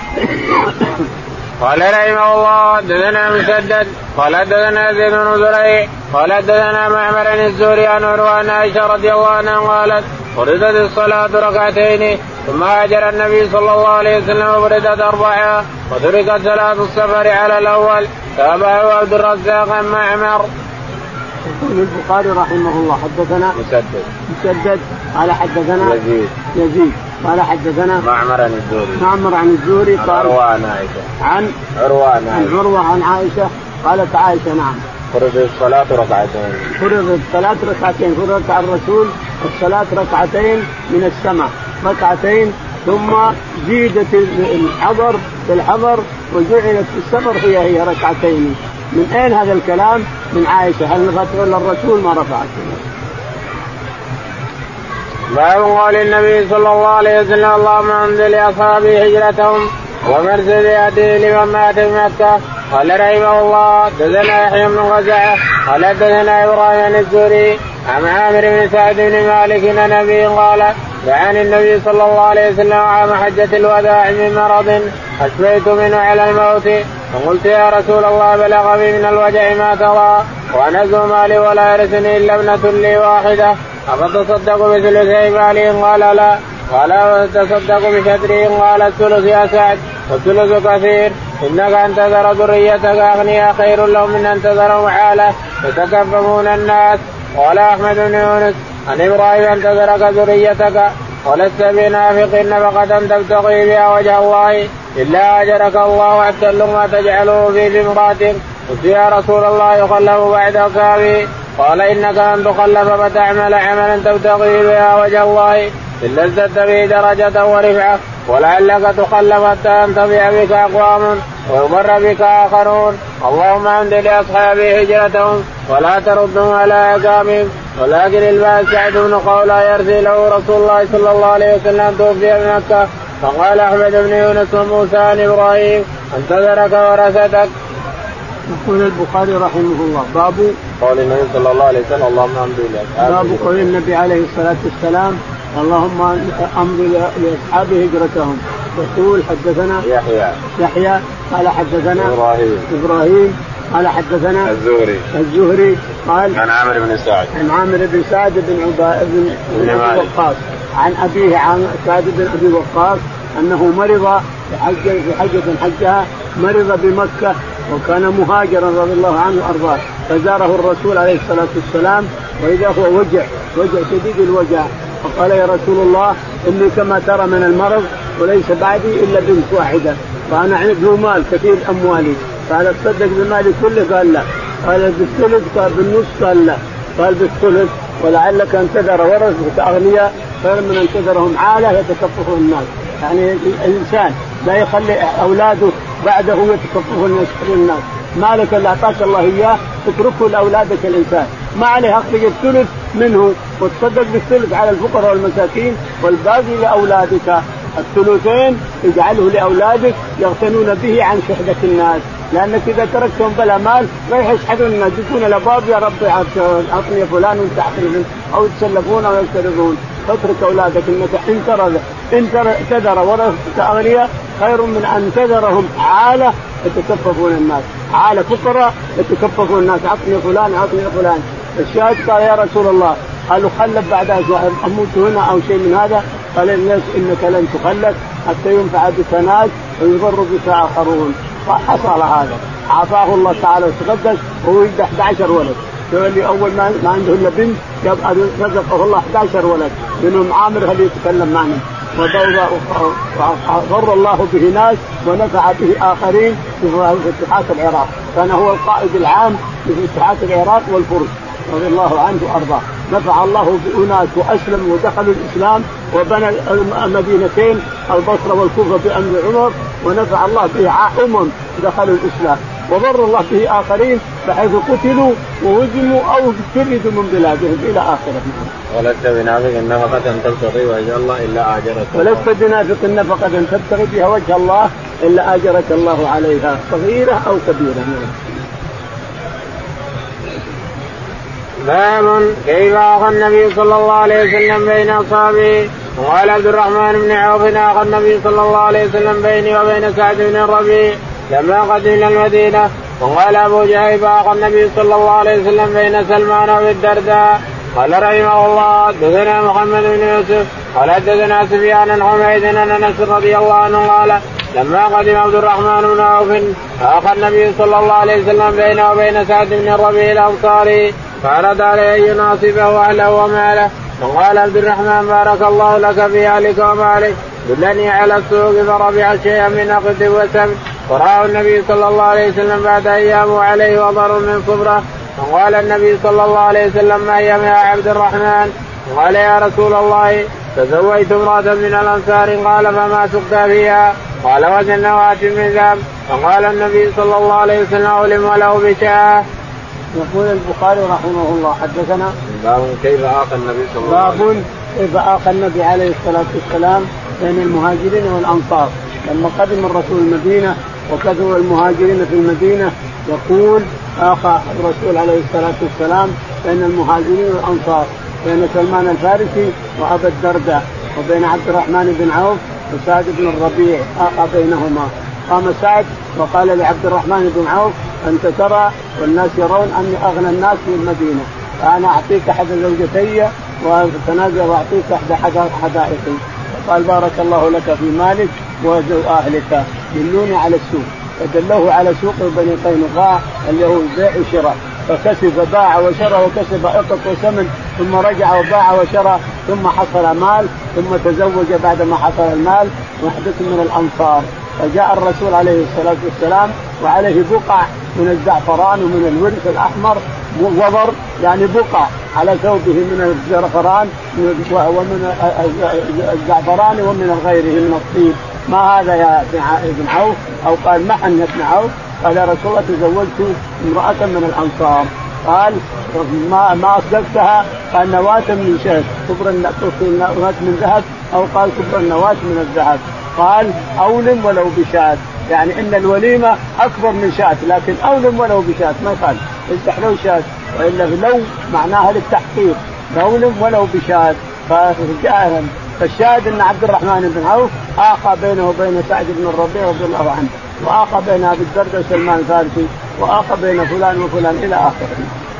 قال رحمه الله دثنا مسدد قال دثنا زيد بن زريع قال دثنا معمر الزهري عن عروة عن عائشة رضي الله عنها قالت فرضت الصلاة ركعتين ثم هاجر النبي صلى الله عليه وسلم وبردت أربعة وتركت صلاة السفر على الأول. تابعه عبد الرزاق عن معمر. يقول البخاري رحمه الله حدثنا مسدد مسدد قال حدثنا يزيد يزيد قال حدثنا معمر عن الزهري معمر عن الزهري قال عروة عن عائشة عن عروة عن عن عروة عن عائشة قالت عائشة نعم فرضت الصلاة ركعتين فرضت الصلاة ركعتين فرضت على الرسول الصلاة ركعتين من السماء ركعتين ثم زيدت الحضر بالحضر وجعلت السفر هي هي ركعتين. من أين هذا الكلام؟ من عائشة. هل رفعت ولا الرسول ما رفعت؟ باب قول النبي صلى الله عليه وسلم اللهم انزل لاصحابه هجرتهم ومرسل يأتي لمن مات في مكة. قال رحمه الله دثنا يحيى بن غزعة قال دثنا إبراهيم الزهري عن عامر بن سعد بن مالك عن أبي قال دعاني النبي صلى الله عليه وسلم عام حجة الوداع من مرض أشفيت منه على الموت فقلت يا رسول الله بلغ بي من الوجع ما ترى وأنا ذو مالي ولا يرثني إلا ابنة لي واحدة أفتصدق بثلثي مالي؟ قال لا. قال وتصدق بشطره؟ قال الثلث يا سعد والثلث كثير إنك أن تذر ذريتك أغنياء خير لهم من أن تذرهم عالة يتكففون الناس. قال أحمد بن يونس عن إبراهيم أن تذرك ذريتك ولست بنافق نفقة تبتغي بها وجه الله إلا أجرك الله حتى ما تجعله في امرأتك. قلت يا رسول الله يخلف بعد أصحابه؟ قال إنك أن تخلف فتعمل عملا تبتغي بها وجه الله إلا ازددت به درجة ورفعة ولعلك تخلف حتى ينتفع بك أقوام ويضر بك آخرون. اللهم أمد لأصحابه هجرتهم ولا تردهم على أعقابهم. ولكن الباس سعد بن قولة يرثي له رسول الله صلى الله عليه وسلم توفي بمكة. فقال أحمد بن يونس وموسى عن إبراهيم انتظرك ورثتك. يقول البخاري رحمه الله باب قول النبي صلى الله عليه وسلم اللهم امضي لاصحابه باب قول النبي عليه الصلاة والسلام اللهم امضي لاصحابه هجرتهم. يقول حدثنا يحيى يحيى قال حدثنا ابراهيم ابراهيم قال حدثنا الزهري الزهري قال عن عامر بن سعد عن عامر بن سعد بن عبا بن, بن ابي وقاص عن ابيه عن سعد بن ابي وقاص انه مرض في حجه في حجه حجها مرض بمكة وكان مهاجرا رضي الله عنه وارضاه فزاره الرسول عليه الصلاة والسلام وإذا هو وجع وجع شديد الوجع فقال يا رسول الله إني كما ترى من المرض وليس بعدي إلا بنت واحدة فأنا ذو مال كثير أموالي قال تصدق بمالي كله؟ قال لا. قال بالثلث؟ قال بالنصف؟ قال لا. قال بالثلث ولعلك أن تذر ورثتك أغنياء خير من أن تذرهم عالة يتكففون الناس. يعني الإنسان لا يخلي أولاده بعده يتكففون الناس. مالك اللي أعطاك الله إياه اتركه لأولادك الإنسان ما عليه أخرج الثلث منه وتصدق بالثلث على الفقراء والمساكين والباقي لأولادك. الثلثين اجعله لأولادك يغتنون به عن شحذة الناس لأنك إذا تركتهم بلا مال رايح يشحذون الناس يكون الأبواب يا رب أعطني فلان وانت أحرزون أو يتسلفون أو يقترضون. فاترك أولادك إنك إن ترى إن تذر ورثتك أغنياء خير من أن تذرهم عالة يتكففون الناس عالة فقراء يتكففون الناس أعطني فلان أعطني فلان. الشاهد قال يا رسول الله قالوا خلف بعد أموت هنا أو شيء من هذا؟ قال الناس إنك لن تخلف حتى ينفع بك ناس ويضر بك آخرون. فحصل هذا عافاه الله تعالى وتقدس وولد أحد عشر ولد. يقول لي أول ما, ما عنده إلا بنت يبقى رزقه الله أحد عشر ولد منهم عامر هل يتكلم معنا وضر الله به ناس ونفع به آخرين في فتوحات العراق. كان هو القائد العام في فتوحات العراق والفرس رضي الله عنه وأرضاه. نفع الله بأناس وأسلم ودخلوا الإسلام وبنى مدينتين البصرة والكوفة بأمر عمر ونفع الله به أمم دخلوا الإسلام وضر الله به آخرين بحيث قتلوا وهزموا أو تردوا من بلادهم إلى آخره. ولست بنافق النفقة تبتغي وجه الله إلا أجرك ولست بنافق النفقة تبتغي بها وجه الله إلا أجرك الله عليها صغيرة أو كبيرة. باب كيف أخى النبي صلى الله عليه وسلم بين أصحابه. وقال عبد الرحمن بن عوف أخى النبي صلى الله عليه وسلم بيني وبين سعد بن الربيع لما قدمنا المدينة. وقال أبو جهيب أخى النبي صلى الله عليه وسلم بين سلمان وابي الدرداء. قال رحمه الله حدثنا محمد بن يوسف قال حدثنا سفيان عن حميد عن انس رضي الله عنه قال لما قدم عبد الرحمن بن عوف فأخى النبي صلى الله عليه وسلم بينه وبين سعد بن الربيع الأنصاري فأراد عليه أن يناصبه أهله وماله فقال عبد الرحمن بارك الله لك في أهلك ومالك دلني على السوق فربح شيئا من نقد وسمن فرآه النبي صلى الله عليه وسلم بعد أيام وعليه وضر من صبرة فقال النبي صلى الله عليه وسلم ما أيام يا عبد الرحمن قال يا رسول الله تزوجت امرأة من الأنصار قال فما سقت فيها قال وزن نواة من ذهب فقال النبي صلى الله عليه وسلم أولم وله بشاة. يقول البخاري رحمه الله حدثنا باب كيف آخى النبي صلى الله عليه وسلم باب كيف آخى النبي عليه الصلاة والسلام بين المهاجرين والأنصار لما قدم الرسول المدينة وكثر المهاجرين في المدينة يقول آخى الرسول عليه الصلاة والسلام بين المهاجرين والأنصار بين سلمان الفارسي وأبا الدرداء وبين عبد الرحمن بن عوف وسعد بن الربيع آخى بينهما. قام سعد وقال لعبد الرحمن بن عوف أنت ترى والناس يرون أني أغنى الناس في المدينة فأنا أعطيك أحد زوجتي وتنازل وأعطيك أحد حدائقي. قال بارك الله لك في مالك وأهلك دلوني على السوق فدله على سوق بني قينقاع اليهود بيع وشراء فكسب باع وشرى وكسب أقط وسمن ثم رجع وباع وشرى ثم حصل مال ثم تزوج بعد ما حصل المال وحدة من الأنصار. فجاء الرسول عليه الصلاة والسلام وعليه بقع من الزعفران ومن الورق الأحمر وضر يعني بقع على ثوبه من الزعفران ومن الزعفران ومن غيره من الطيب. ما هذا يا ابن عوف أو قال محن يا ابن عوف قال يا رسول الله تزوجت امرأة من الأنصار قال ما ما أصدقتها قال نواة من شهد كبر النواة من ذهب أو قال كبر النواة من الذهب قال أولم ولو بشات يعني إن الوليمة أكبر من شات لكن أولم ولو بشات ما قال افتح له شات وإلا لو معناها للتحقيق أولم ولو بشات. فجاءهم فالشاهد أن عبد الرحمن بن عوف آخى بينه وبين سعد بن الربيع رضي الله عنه وآخى بين أبي الدرداء وسلمان الفارسي وآخى بين فلان وفلان إلى آخره.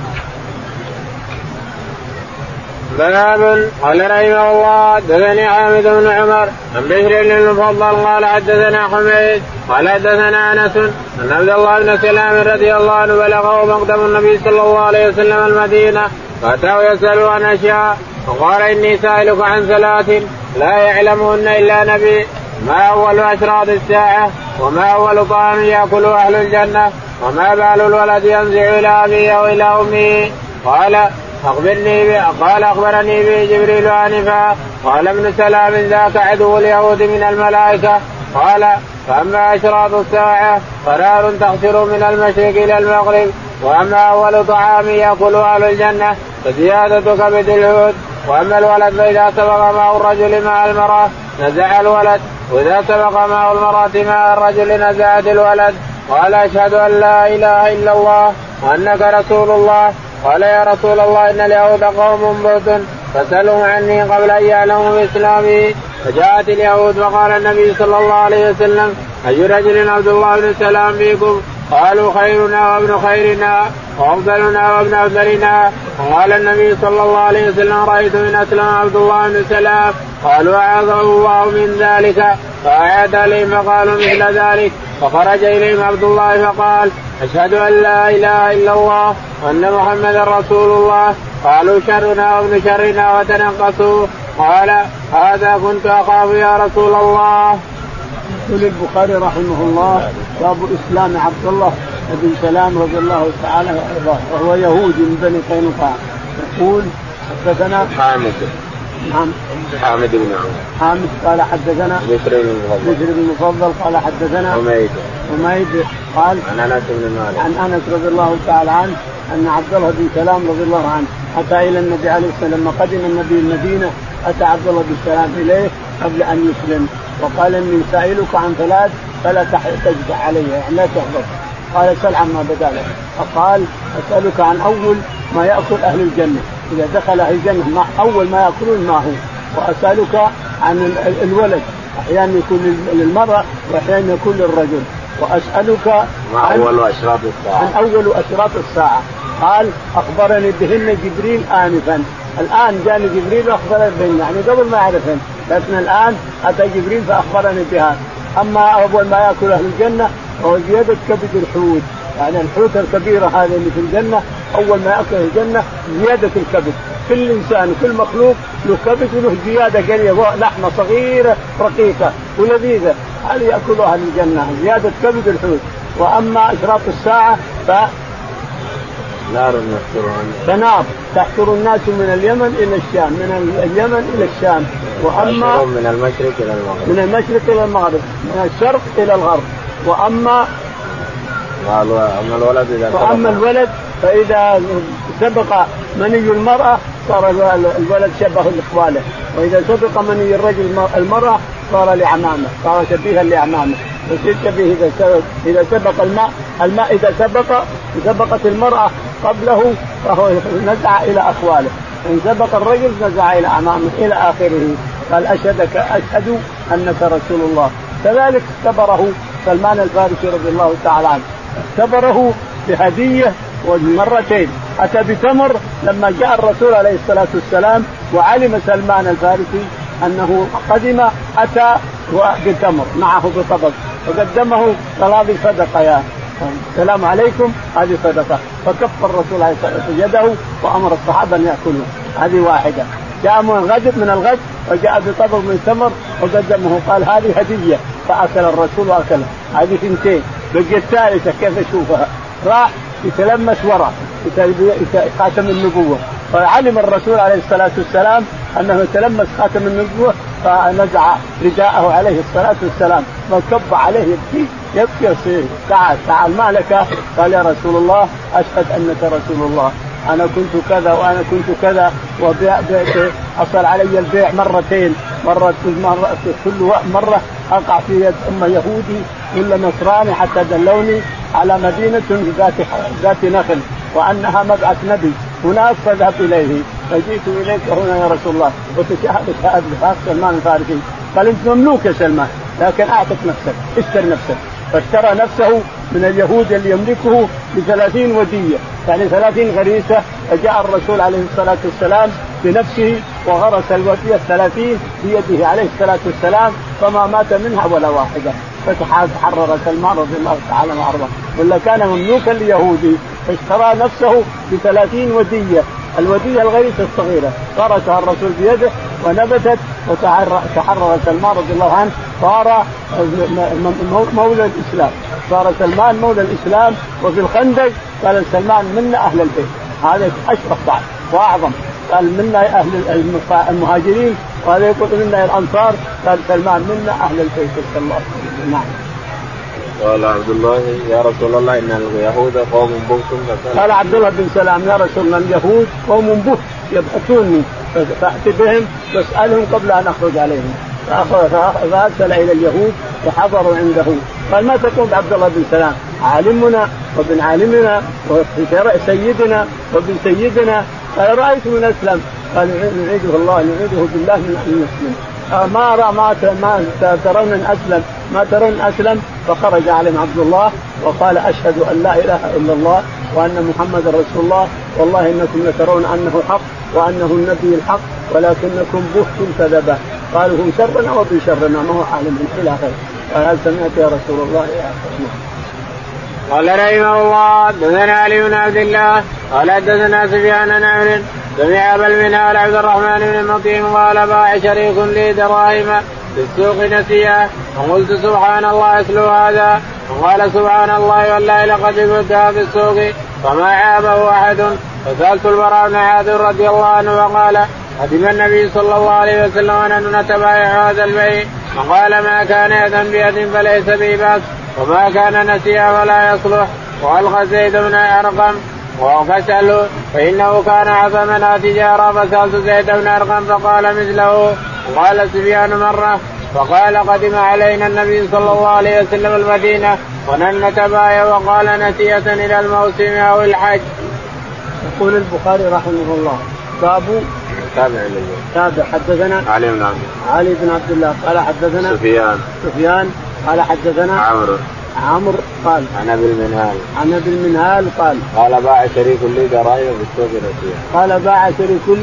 باب قال رحمه الله حدثني حامد بن عمر عن بشر بن المفضل قال حدثنا حميد قال حدثنا انس ان عبد الله بن سلام رضي الله عنه بلغه مقدم النبي صلى الله عليه وسلم المدينه فاتاه يسأل عن اشياء وقال اني سائلك عن ثلاث لا يعلمهن الا نبي ما اول اشراط الساعه وما اول طعام ياكله اهل الجنه وما بال الولد ينزع الى ابيه والى امه. قال أخبرني قال أخبرني به جبريل آنفا قال ابن سلام ذاك عدو اليهود من الملائكة. قال فأما أشراط الساعة قرار تخسر من المشرق إلى المغرب وأما أول طعام يأكل أهل الجنة فزيادة كبد الهود وأما الولد فإذا سبق ماء الرجل مع المرأة نزع الولد وإذا سبق ماء المرأة مع الرجل نزعت الولد. قال أشهد أن لا إله إلا الله وأنك رسول الله. قال يا رسول الله إن اليهود قوم بهت فسألهم عني قبل أن يعلموا بإسلامي. فجاءت اليهود فقال النبي صلى الله عليه وسلم أي رجل عبد الله بن سلام فيكم؟ قالوا خيرنا وابن خيرنا وأفضلنا وابن أفضلنا. وقال النبي صلى الله عليه وسلم رأيت من أسلم عبد الله بن سلام. قالوا أعاذه الله من ذلك فأعاد عليهم فقالوا مثل ذلك. فخرج إليهم عبد الله فقال أشهد أن لا إله إلا الله وأن محمدا رسول الله. قالوا شرنا وابن شرنا وتنقصوا. قال هذا كنت أخاف يا رسول الله. يقول البخاري رحمه الله باب إسلام عبد الله بن سلام رضي الله تعالى عنه وهو يهودي من بني قينقاع. يقول حدثنا حامد نعم حامد بن عمر حامد قال حدثنا بشر بن المفضل قال حدثنا حميد حميد قال عن انس بن مالك عن انس رضي الله تعالى عنه ان عبد الله بن سلام رضي الله عنه اتى الى النبي عليه الصلاه والسلام. لما قدم النبي المدينه اتى عبد الله بن سلام اليه قبل ان يسلم وقال اني سائلك عن ثلاث فلا تجزع علي يعني لا تحبط. قال سل عما بدا لك. فقال اسالك عن اول ما ياكل اهل الجنه اذا دخل اهل الجنه ما اول ما ياكلون ما هو. واسالك عن الولد احيانا يكون للمراه واحيانا يكون للرجل. واسالك عن اول اشراط الساعه عن اول اشراط الساعه. قال اخبرني بهن جبريل انفا الآن جاني جبريل وأخبرني بهن، يعني قبل ما أعرفهن، لكن الآن أتى جبريل فأخبرني بها. أما أول ما يأكل أهل الجنة هو زيادة كبد الحوت، يعني الحوت الكبيرة هذه اللي في الجنة أول ما يأكل الجنة زيادة الكبد. كل إنسان وكل مخلوق له كبد وله زيادة قليلة لحمة صغيرة رقيقة ولذيذة، هذه يأكلها أهل الجنة زيادة كبد الحوت. وأما أشراط الساعة ف نار يحشرها فنار تحشر الناس من اليمن إلى الشام، من اليمن إلى الشام. وأما من المشرق إلى المغرب، من المشرق إلى المغرب، من الشرق إلى الغرب. وأما وأما الولد إذا وأما الولد فإذا سبق مني المرأة صار الولد شبه لإخواله، وإذا سبق مني الرجل المرأة صار لعمامه، صار شبيها لعمامه. يصير شبيه إذا سبق إذا سبق الماء الماء إذا سبق سبقت المرأة قبله فهو نزع إلى أخواله، إن سبق الرجل نزع إلى أمامه إلى آخره. قال أشهدك أشهد أنك رسول الله. كذلك اختبره سلمان الفارسي رضي الله تعالى عنه، اختبره بهدية ومرتين. أتى بتمر لما جاء الرسول عليه الصلاة والسلام وعلم سلمان الفارسي أنه قدم، أتى بتمر معه بطبق وقدمه قال هذه صدقة يا السلام عليكم، هذه صدقة. فكف الرسول عليه الصلاة والسلام يده وأمر الصحابة أن يأكلوا. هذه واحدة. جاء من الغد من الغد وجاء بطبق من تمر وقدمه قال هذه هدية، فأكل الرسول وأكله. هذه ثنتين. بقي الثالثة كيف أشوفها؟ راح يتلمس وراء خاتم النبوة، فعلم الرسول عليه الصلاة والسلام أنه يتلمس خاتم النبوة فنزع رداءه عليه الصلاة والسلام وكب عليه يبكي يبكي تعال تعال ما لك؟ قال يا رسول الله أشهد أنك رسول الله، أنا كنت كذا وأنا كنت كذا وبعت حصل علي البيع مرتين، مرة مرة كل مرة أقع في يد أم يهودي ولا نصراني حتى دلوني على مدينة ذات ذات نخل وأنها مبعث نبي هناك فذهب إليه، فجئت إليك هنا يا رسول الله وتشاهد شهادة سلمان الفارسي. قال أنت مملوك يا سلمان لكن أعطك نفسك، اشتري نفسك. فاشترى نفسه من اليهود اللي يملكه بثلاثين ودية، يعني ثلاثين غريسة. فجاء الرسول عليه الصلاة والسلام بنفسه وغرس الودية الثلاثين بيده عليه الصلاة والسلام فما مات منها ولا واحدة. فتحرر سلمان رضي الله تعالى وارضاه، ولا كان مملوكا ليهودي فاشترى نفسه بثلاثين ودية. الودية الغريسة الصغيرة غرسها الرسول بيده ونبتت وتحرر سلمان رضي الله عنه، صار مولى الإسلام، صار سلمان مولى الإسلام. وفي الخندق قال سلمان منا أهل البيت، هذا أشرف بعد وأعظم. قال منا أهل المهاجرين وهذا يقول منا الأنصار، قال سلمان منا أهل البيت صلى الله عليه وسلم. نعم. قال عبد الله يا رسول الله إن اليهود قوم بهت. قال عبد الله بن سلام يا رسول الله اليهود قوم بهت يبحثوني فأتي بهم واسألهم قبل أن أخرج عليهم. فأرسل إلى اليهود وحضروا عنده. قال ما تقول عبد الله بن سلام عالمنا وابن عالمنا وسيدنا وابن سيدنا؟ قال رأيت من أسلم. قال نعيده الله نعيده بالله من المسلم. ما رأى ما ما ترون أسلم ما ترون أسلم. فخرج عليهم عبد الله وقال أشهد أن لا إله إلا الله وأن محمد رسول الله، والله إنكم لترون أنه حق وأنه النبي الحق ولكنكم بهتم كذبة. قالوا هم شرنا وفي شرنا ما هو عالم إلى آخره. قال هل سمعت يا رسول الله يا أخي؟ قال رحمه الله دثنا علي بن عبد الله قال حدثنا سفيان بن عمرو سمع أبا المنهال عبد الرحمن بن المقيم قال باع شريك لي دراهم في السوق نسيا وقلت سبحان الله أسلو هذا، وقال سبحان الله والله لقد قلتها في السوق فما عابه أحد. فسألت البراء بن عازب رضي الله عنه وقال قدم النبي صلى الله عليه وسلم أن نتبايع هذا البيع، وقال ما كان يدا بيد فليس به بأس وما كان نسيا ولا يصلح. وألقى زيد بن أرقم وفسأله فإنه كان عظمنا تجارة. فسألت زيد بن أرقم فقال مثله. وقال سفيان مرة فقال قدم علينا النبي صلى الله عليه وسلم المدينة ونن نتبايع وقال نسية إلى الموسم أو الحج. يقول البخاري رحمه الله باب تابع تابع حدثنا علي بن عبد علي بن عبد الله قال حدثنا سفيان سفيان قال حدثنا عمرو عمرو قال عن ابي المنهال عن ابي المنهال قال قال باع شريك لي دراهم في السوق نسيا. قال باع شريك لي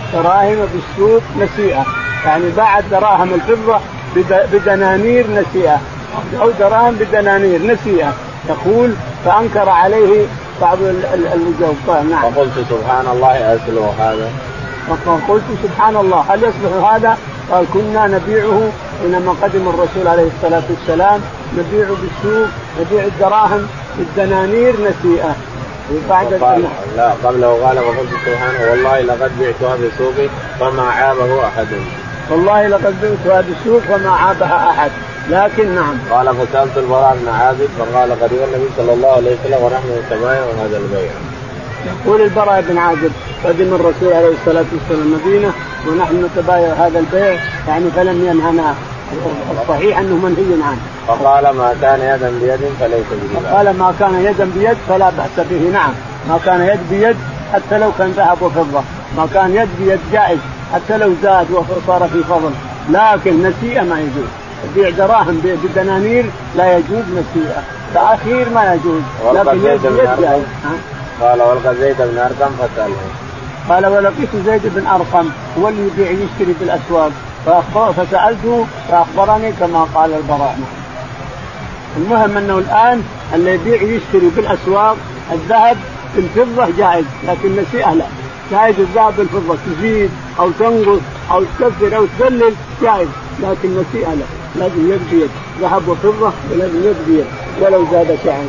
دراهم بالسوق نسيئة، يعني باع دراهم الفضة بدنانير نسيئة أو دراهم بدنانير نسيئة. يقول فأنكر عليه بعض الجواب. نعم. فقلت سبحان الله أصله هذا. فقلت سبحان الله هل يصلح هذا؟ قال كنا نبيعه حينما قدم الرسول عليه الصلاة والسلام نبيع بالسوق نبيع الدراهم بالدنانير نسيئة. وبعد لا قبله قال وقلت سبحانه والله لقد بعتها بسوقي فما عابه أحد. والله لقد بعتها بالسوق فما عابها أحد. لكن نعم. قال فسألت البراء بن عازب فقال قدم النبي صلى الله عليه وسلم ونحن نتبايع هذا البيع. يقول البراء بن عازب قدم الرسول عليه الصلاة والسلام المدينة ونحن نتبايع هذا البيع، يعني فلم ينهنا. الصحيح أنه منهي عنه. فقال ما كان يدا بيد فليس بذلك. قال ما كان يدا بيد فلا بأس به. نعم ما كان يد بيد حتى لو كان ذهب وفضة، ما كان يد بيد جائز حتى لو زاد وصار في فضل، لكن نسيئة ما يجوز. بيع دراهم بالدنانير لا يجوز نسيئة، تأخير ما يجوز، لكن يد بيد جائز. قال ولقى زيد بن أرقم فسأله. قال ولقيت زيد بن أرقم هو اللي يبيع يشتري في الأسواق فسألته فأخبرني كما قال البراء. المهم أنه الآن اللي يبيع يشتري بالأسواق الذهب بالفضة جائز، لكن نسيئة لا. جائز الذهب بالفضة تزيد أو تنقص أو تكثر أو تقلل جائز، لكن نسيئة لا، لازم يد بيد، ذهب وفضة لازم يد بيد ولو زاد شيئا.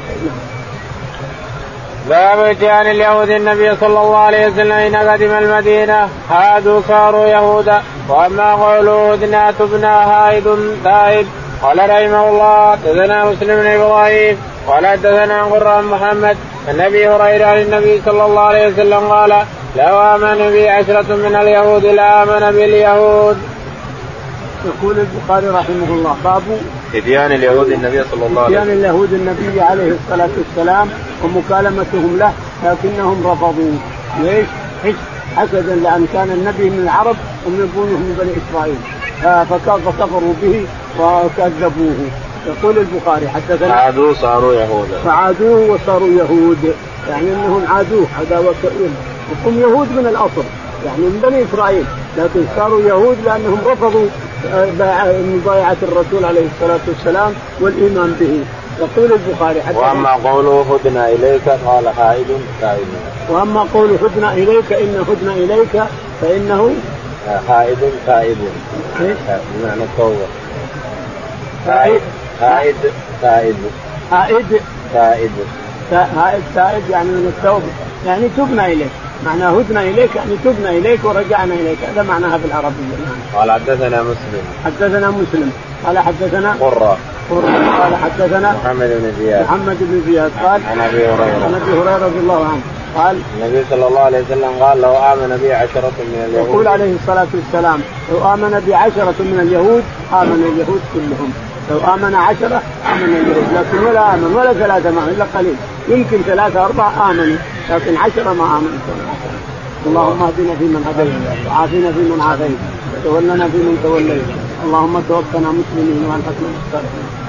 باب اتيان اليهود النبي صلى الله عليه وسلم إن قدم المدينة هادوا صاروا يهودا. واما قوله هدنا تبنا هائد تائب قال رحمه الله حدثنا مسلم بن ابراهيم قال حدثنا قرة محمد عن ابي هريرة عن النبي صلى الله عليه وسلم قال لو آمن بي عشرة من اليهود لآمن باليهود. يقول البخاري رحمه الله باب اتيان اليهود النبي صلى الله عليه وسلم اتيان اليهود النبي عليه الصلاة والسلام ومكالمتهم له لكنهم رفضوا. ليش؟ حسدا لأن كان النبي من العرب ومن من بني إسرائيل فكفروا به وكذبوه. يقول البخاري حدثنا عادوا صاروا يهودا فعادوه وصاروا يهود، يعني أنهم عادوه عداوة وهم يهود من الأصل يعني من بني إسرائيل، لكن صاروا يهود لأنهم رفضوا مبايعة الرسول عليه الصلاة والسلام والإيمان به. يقول البخاري واما قوله هدنا اليك قال هائد تائب. واما قوله هدنا اليك ان هدنا اليك فانه هائد تائب بمعنى التوبه. هائد هائد تائب هائد تائب هائد تائب يعني من التوبه، يعني تبنا اليك، معنى هدنا اليك يعني تبنا اليك ورجعنا اليك، هذا معناها في العربيه. قال حدثنا مسلم حدثنا مسلم قال حدثنا قرة قال حدثنا محمد بن زياد محمد بن زياد قال عن ابي هريره عن ابي هريره رضي الله عنه قال النبي صلى الله عليه وسلم قال لو آمن بي عشرة من اليهود. يقول عليه الصلاة والسلام لو آمن بي عشرة من اليهود آمن اليهود كلهم. لو آمن عشرة آمن اليهود، لكن ولا آمن ولا ثلاثة معه إلا قليل، يمكن ثلاثة أربعة آمنوا لكن عشرة ما آمنوا. اللهم اهدنا فيمن هديت وعافنا فيمن عافيت وتولنا فيمن توليت، اللهم توفنا مسلمين والحقنا بالصالحين.